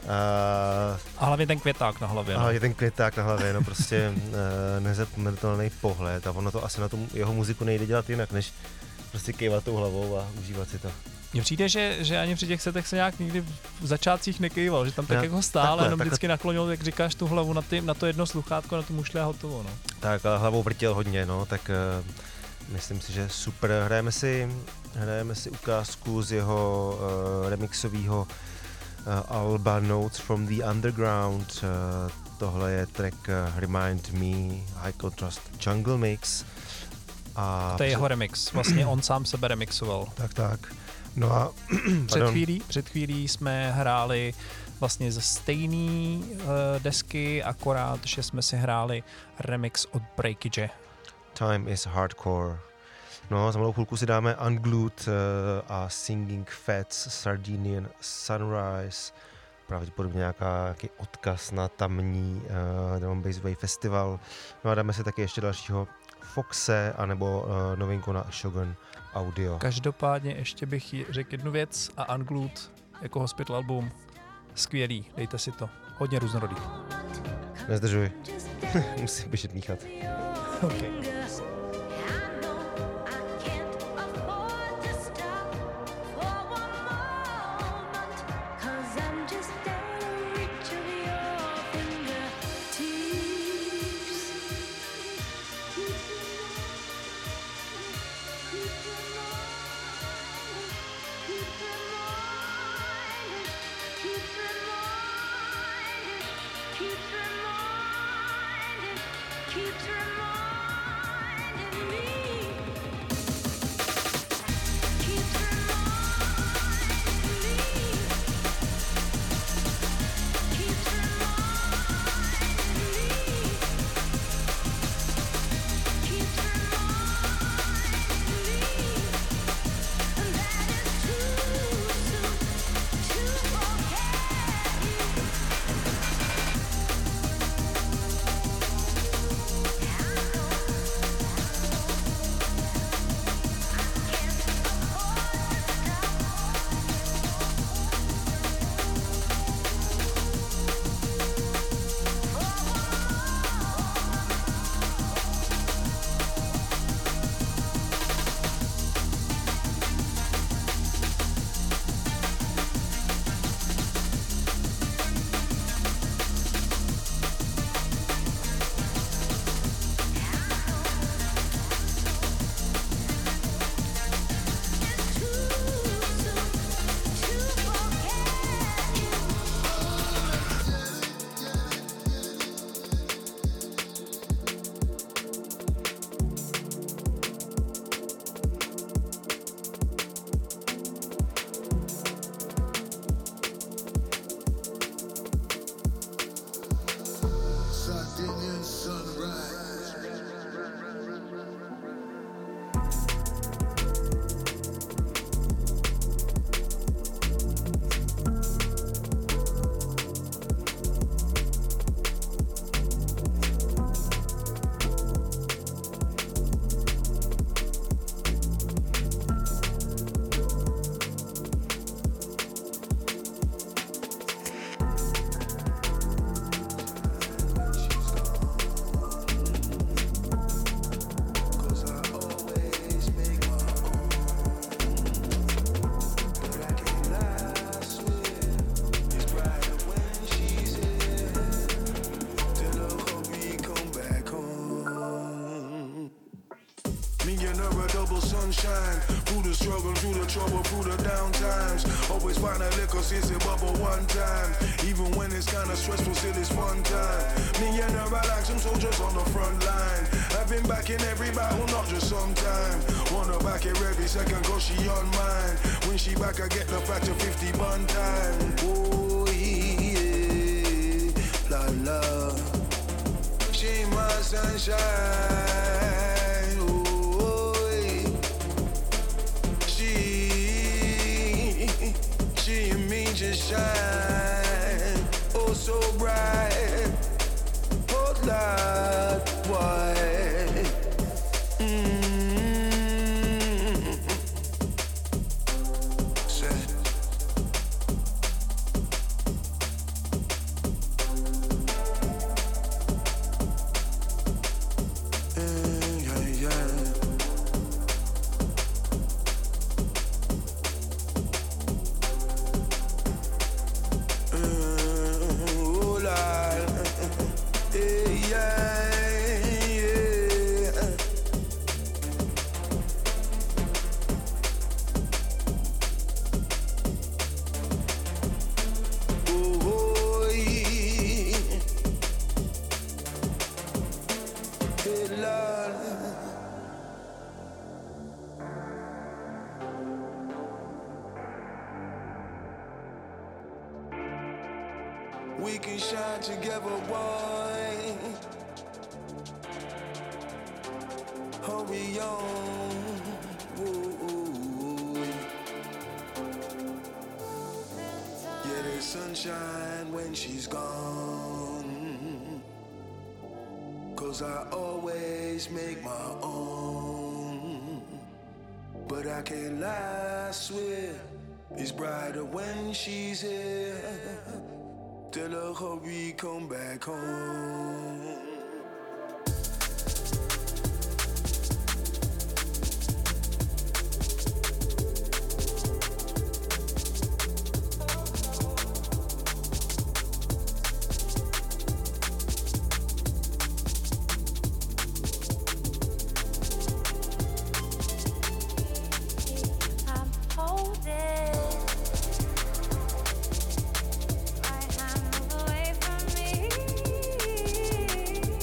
Uh, a hlavně ten květák na hlavě. A no. hlavně ten květák na hlavě, no prostě uh, nezapomenutelný pohled a ono to asi na tu jeho muziku nejde dělat jinak, než prostě kejvat tou hlavou a užívat si to. Mně přijde, že, že ani při těch setech se nějak nikdy v začátcích nekejval, že tam tak Já, jako stále, takhle, jenom takhle. vždycky naklonil, jak říkáš, tu hlavu na, ty, na to jedno sluchátko, na tu mušli a hotovo. No. Tak a hlavou vrtěl hodně, no, tak uh, myslím si, že super. Hrajeme si, hrajeme si ukázku z jeho uh, remixového uh, alba Notes from the Underground. Uh, tohle je track uh, Remind Me, High Contrast Jungle Mix. A to je jeho remix, vlastně on sám sebe remixoval. Tak, tak. No a před, chvílí, před chvílí jsme hráli vlastně ze stejné uh, desky, akorát, že jsme si hráli remix od Breakage. Time is Hardcore. No, za malou chvilku si dáme Unglued uh, a Singing Fats, Sardinian Sunrise. Pravděpodobně nějaká, nějaký odkaz na tamní uh, Drum Bass Wave Festival. No a dáme si taky ještě dalšího Foxe, anebo uh, novinku na Shogun Audio. Každopádně ještě bych řekl jednu věc a Unglued jako Hospital album skvělý, dejte si to. Hodně různorodý. Nezdržuj. Musím běžet míchat. Okay. sunshine. Through the struggle, through the trouble, through the down times. Always find a liquor since it bubble one time. Even when it's kinda stressful, still it's fun time. Me and her are like some soldiers on the front line. I've been back in every battle, not just sometime. Wanna back her every second cause she on mine. When she back I get the factor fifty bun time. Oh yeah, la la. She my sunshine. Oh yeah. She, she and me just shine. Oh so bright. Oh Lord, why? We can shine together, boy. Hurry on. Ooh. Yeah, there's sunshine when she's gone. Cause I always make my own. But I can't lie, I swear. It's brighter when she's here. Tell her hurry, come back home. My hand away from me.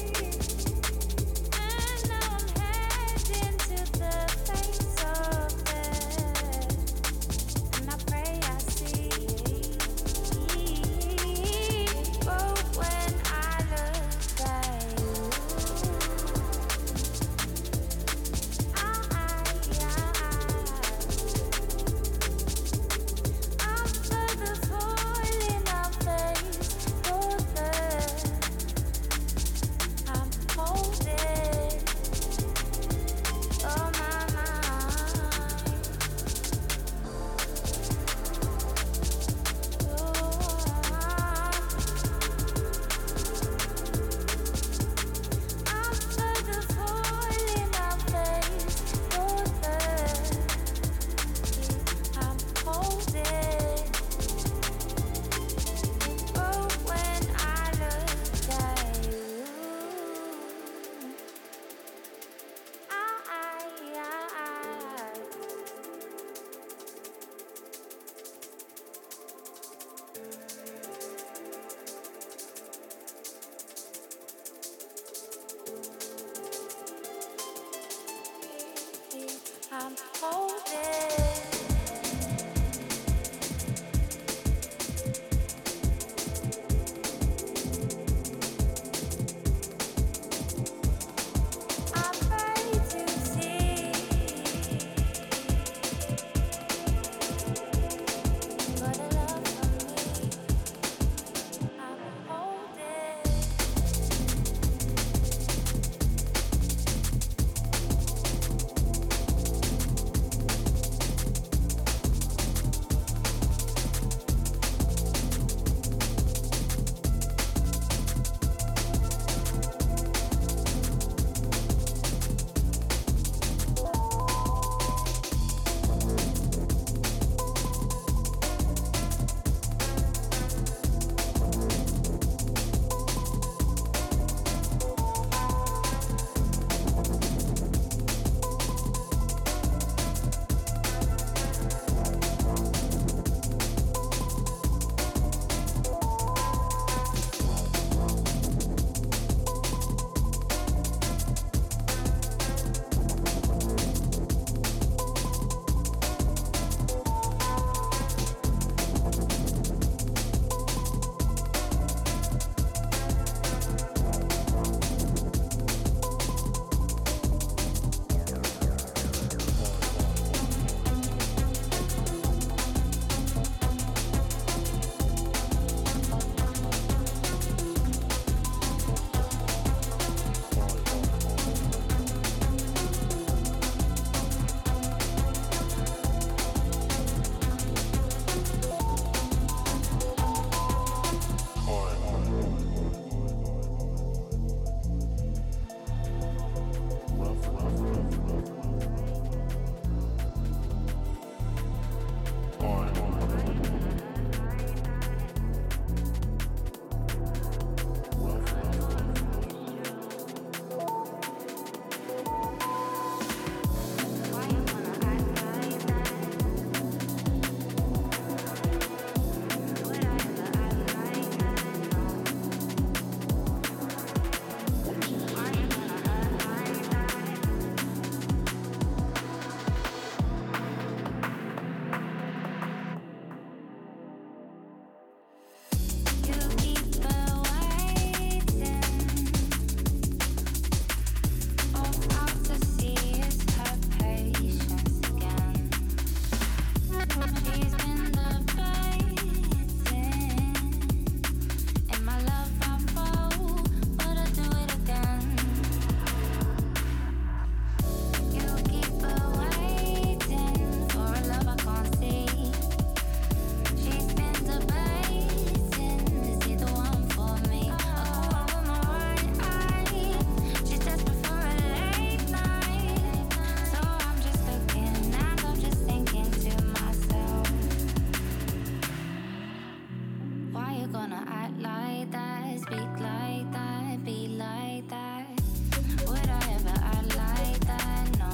gonna act like that, speak like that, be like that? Would I ever act like that? No.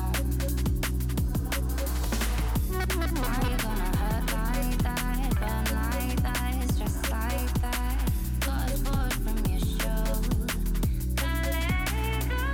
Are you gonna hurt like that, burn like that, stress like that? Got us bored from your show. Can't let it go.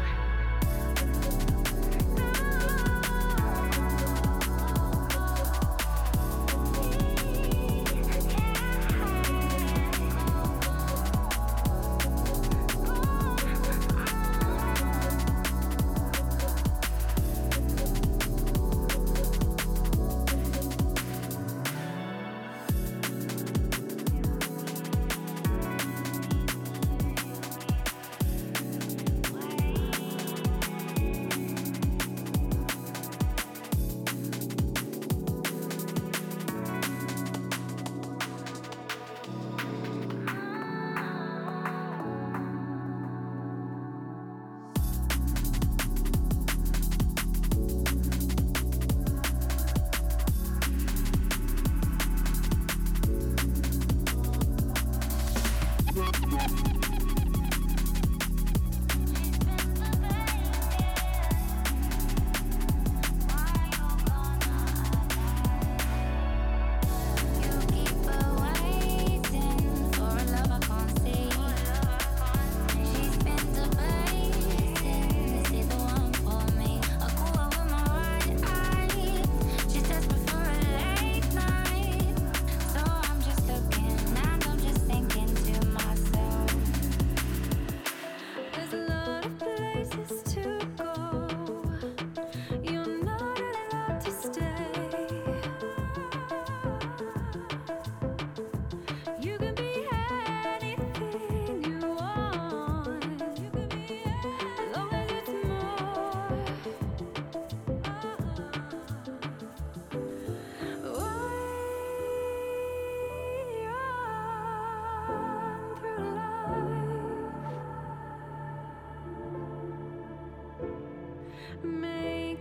Make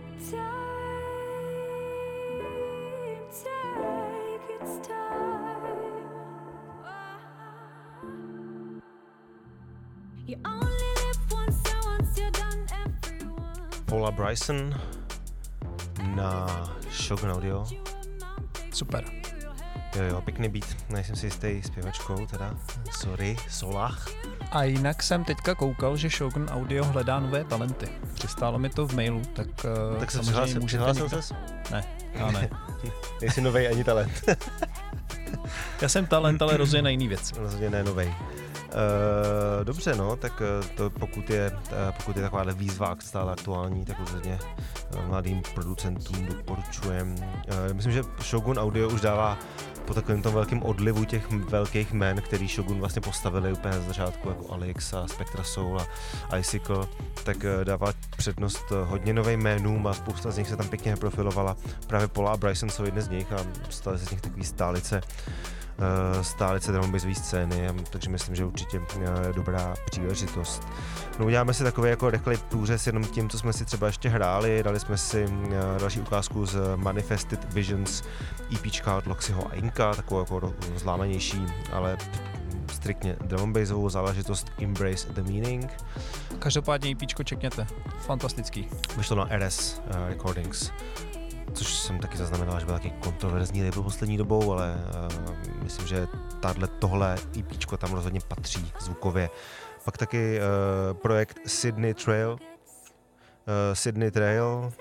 time, take its time. You only live once, so once you're done, everyone. Paula Bryson na Shogun Audio. Super. Jo, jo, pěkný beat, nejsem si jistý zpěvačkou, teda, sorry, Solach. A jinak jsem teďka koukal, že Shogun Audio hledá nové talenty. Přistálo mi to v mailu, tak, tak se samozřejmě přihlásil, můžete přihlásil někdo... ses? Ne, já ne. Nejsi novej ani talent. Já jsem talent, ale rozhodně na jiný věc. Rozhodně ne novej. Uh, dobře, no, tak to pokud je, pokud je takováhle výzva stále aktuální, tak rozhodně mladým producentům doporučujem. Uh, myslím, že Shogun Audio už dává po takovém tom velkém odlivu těch velkých jmen, který Shogun vlastně postavili úplně na začátku, jako Alex a Spectra Soul a Icicle, tak dává přednost hodně novým jménům a spousta z nich se tam pěkně profilovala. Právě Paula a Bryson jsou jedny z nich a staly se z nich takový stálice stálice drumbassové scény, takže myslím, že určitě je dobrá příležitost. No, uděláme si takový jako rychlej průřez jenom tím, co jsme si třeba ještě hráli. Dali jsme si další ukázku z Manifested Visions EPčka od Loxyho a Inka, takovou jako zlámanější, ale striktně drumbassovou záležitost Embrace the Meaning. Každopádně EPčko čekněte, fantastický. Vyšlo na R S uh, Recordings, což jsem taky zaznamenal, že byl taky kontroverzní label poslední dobou, ale uh, myslím, že tahle, tohle EPčko tam rozhodně patří zvukově. Pak taky uh, projekt Sydney Trail, uh, Sydney Trail,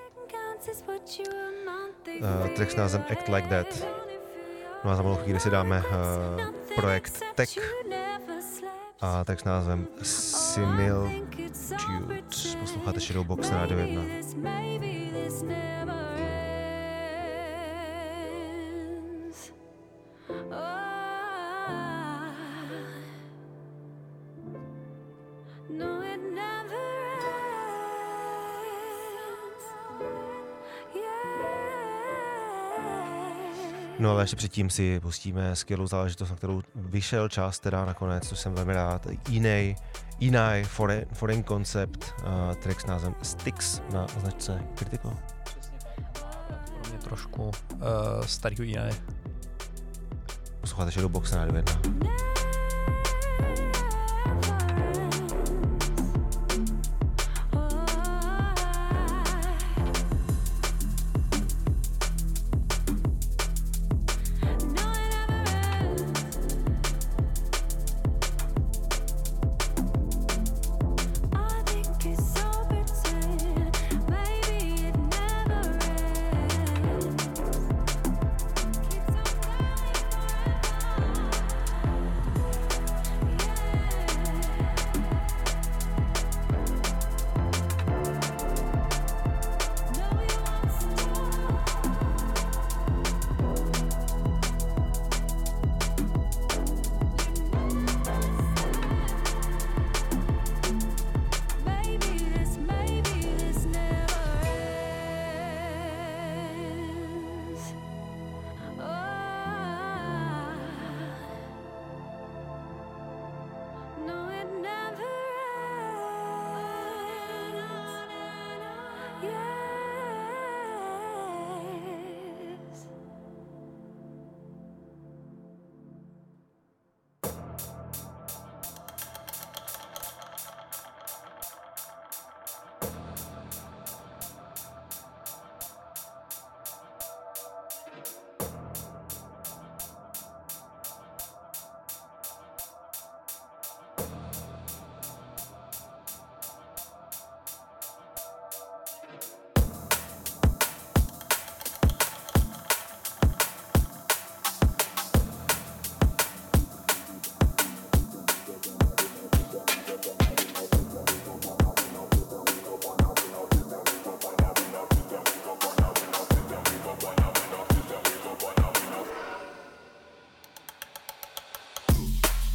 uh, track s názvem Act Like That. No a za malou chvíli si dáme uh, projekt Tech a track s názvem Similitude. Posloucháte Shadowbox na Radio jedna. No ale ještě předtím si pustíme skvělou záležitost, na kterou vyšel čas teda nakonec, což jsem velmi rád. Jiný, jiný foreign, foreign concept, uh, track s názvem Styx na značce Critical. Pro mě trošku uh, starý jiný. Posloucháte Shadowbox na Radio jedna.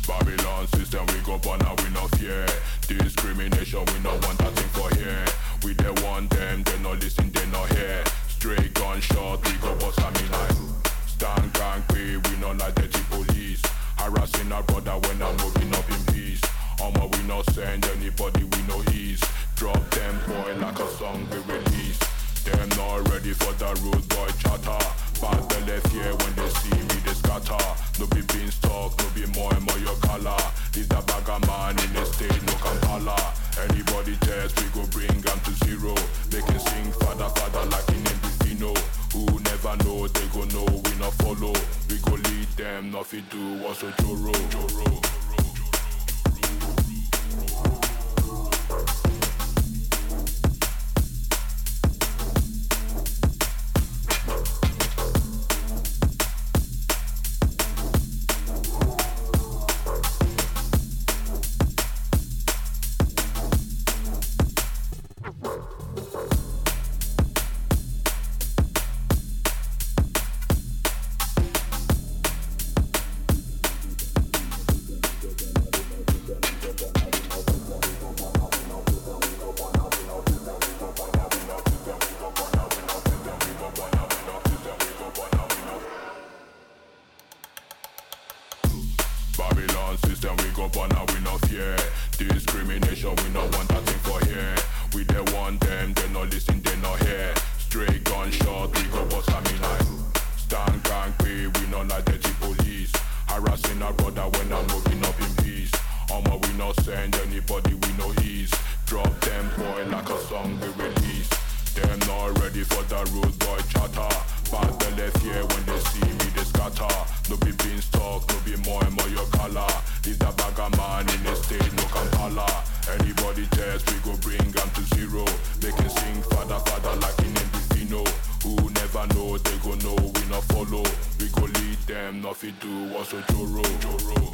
Babylon system, we go burn and we no fear. Discrimination, we no want that thing for here. We they want them, they no listen, they no hear. Straight gunshot, we go bust a me like. Stand gang pay, we no like dirty police. Harassing our brother when I'm moving up in peace. Omo, we no send anybody, we no ease. Drop them boy like a song we release. Them not ready for the rude boy chatter. Bad the left here when they see me they scatter. No be beanstalk, no be more and more your color. This the bagger man in the state, no Kampala. Anybody test, we go bring them to zero. They can sing father father like in Mbifino. Who never know, they go know we not follow. We go lead them, nothing do what's a Joro. Joro. Babylon system, we go burn and we no fear. Discrimination, we no want that thing for here. We they want them, they no listen, they no hear. Straight gunshot, we go bust a me like. Stand gang pay, we no like dirty police. Harassing our brother when I'm moving up in peace. Omo, we no send anybody, we no ease. Drop them boy like a song we release. Them not ready for the rude boy chatter. Bad the left here when they see me they scatter. No be beanstalk, no be more and more your color. This the bagger man in the state, no Kampala. Anybody test, we go bring them to zero. They can sing father father like in Mbifino. Who never know, they go know we not follow. We go lead them, nothing do what's a Joro. Joro.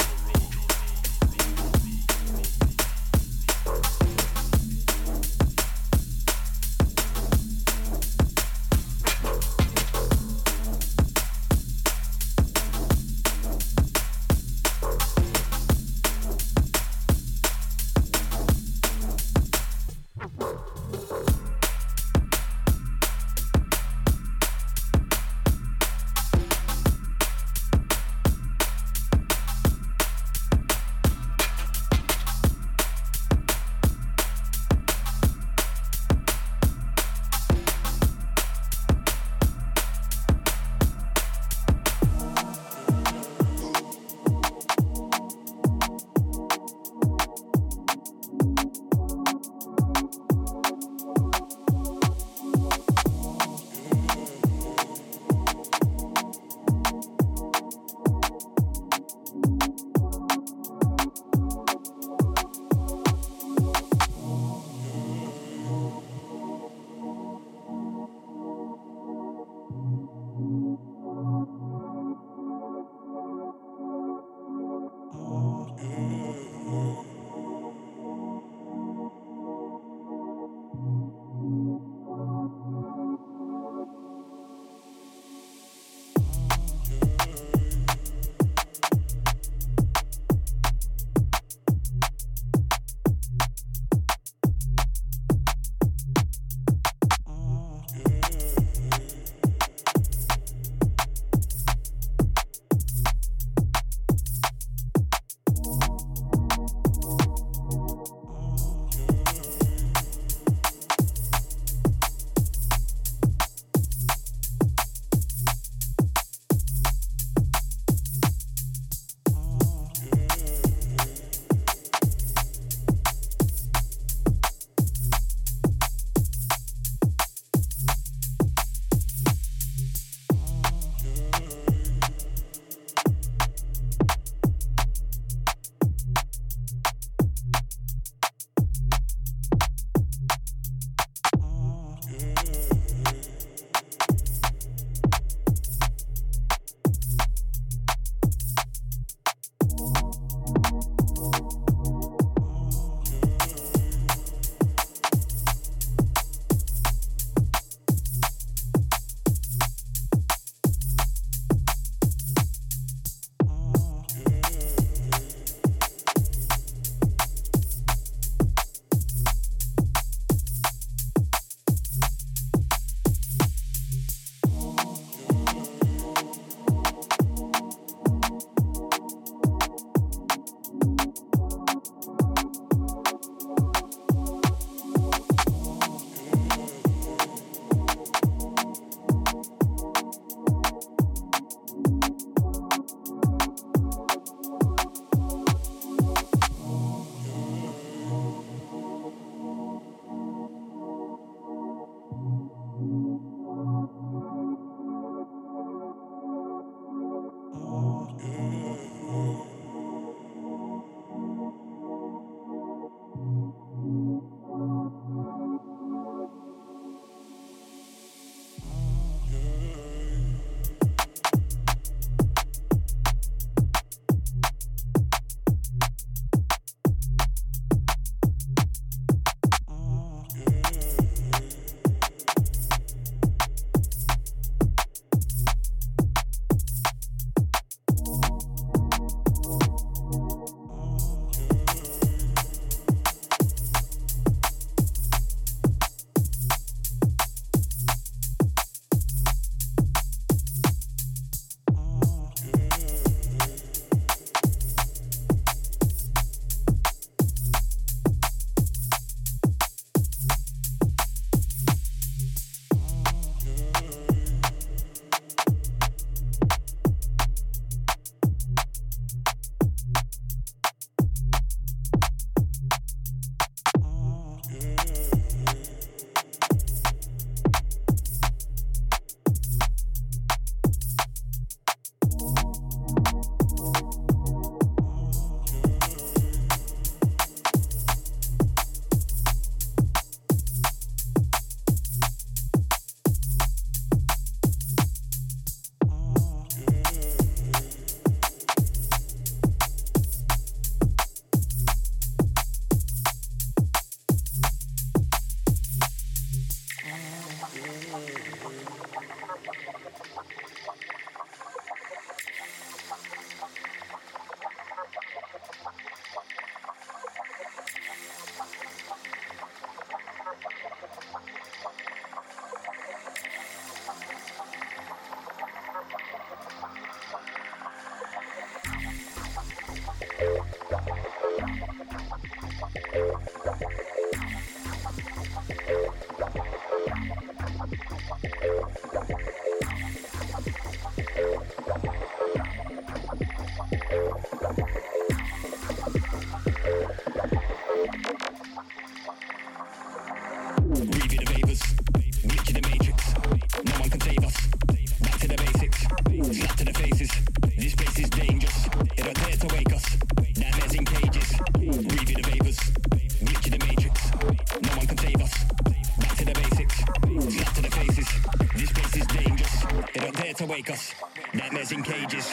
Wake us, nightmares in cages.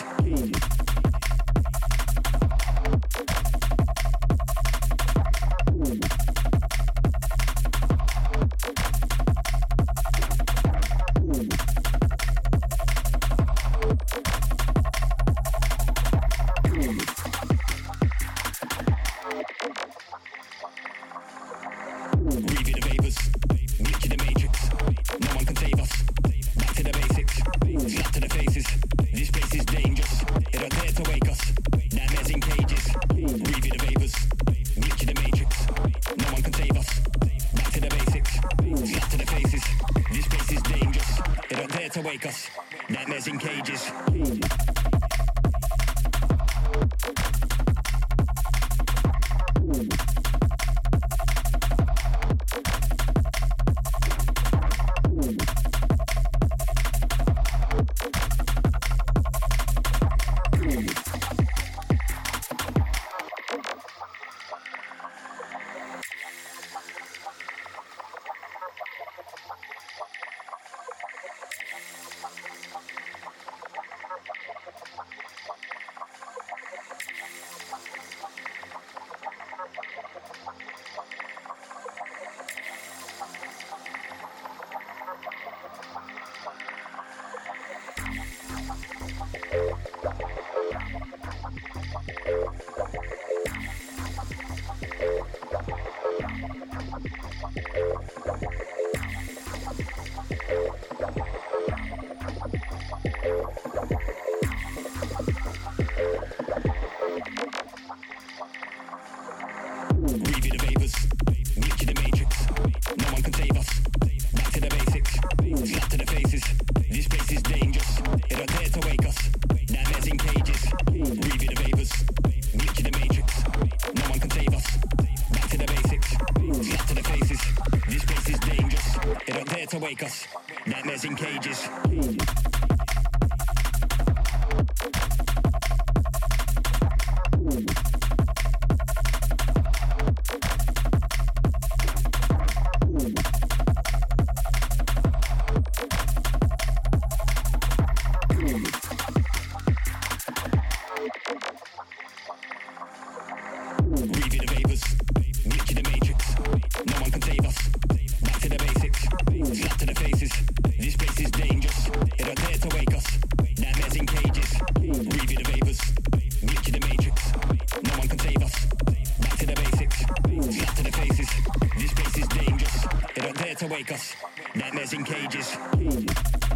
Wake us, nightmares in cages. Wake us, nightmares in cages. Wake us, nightmares in cages.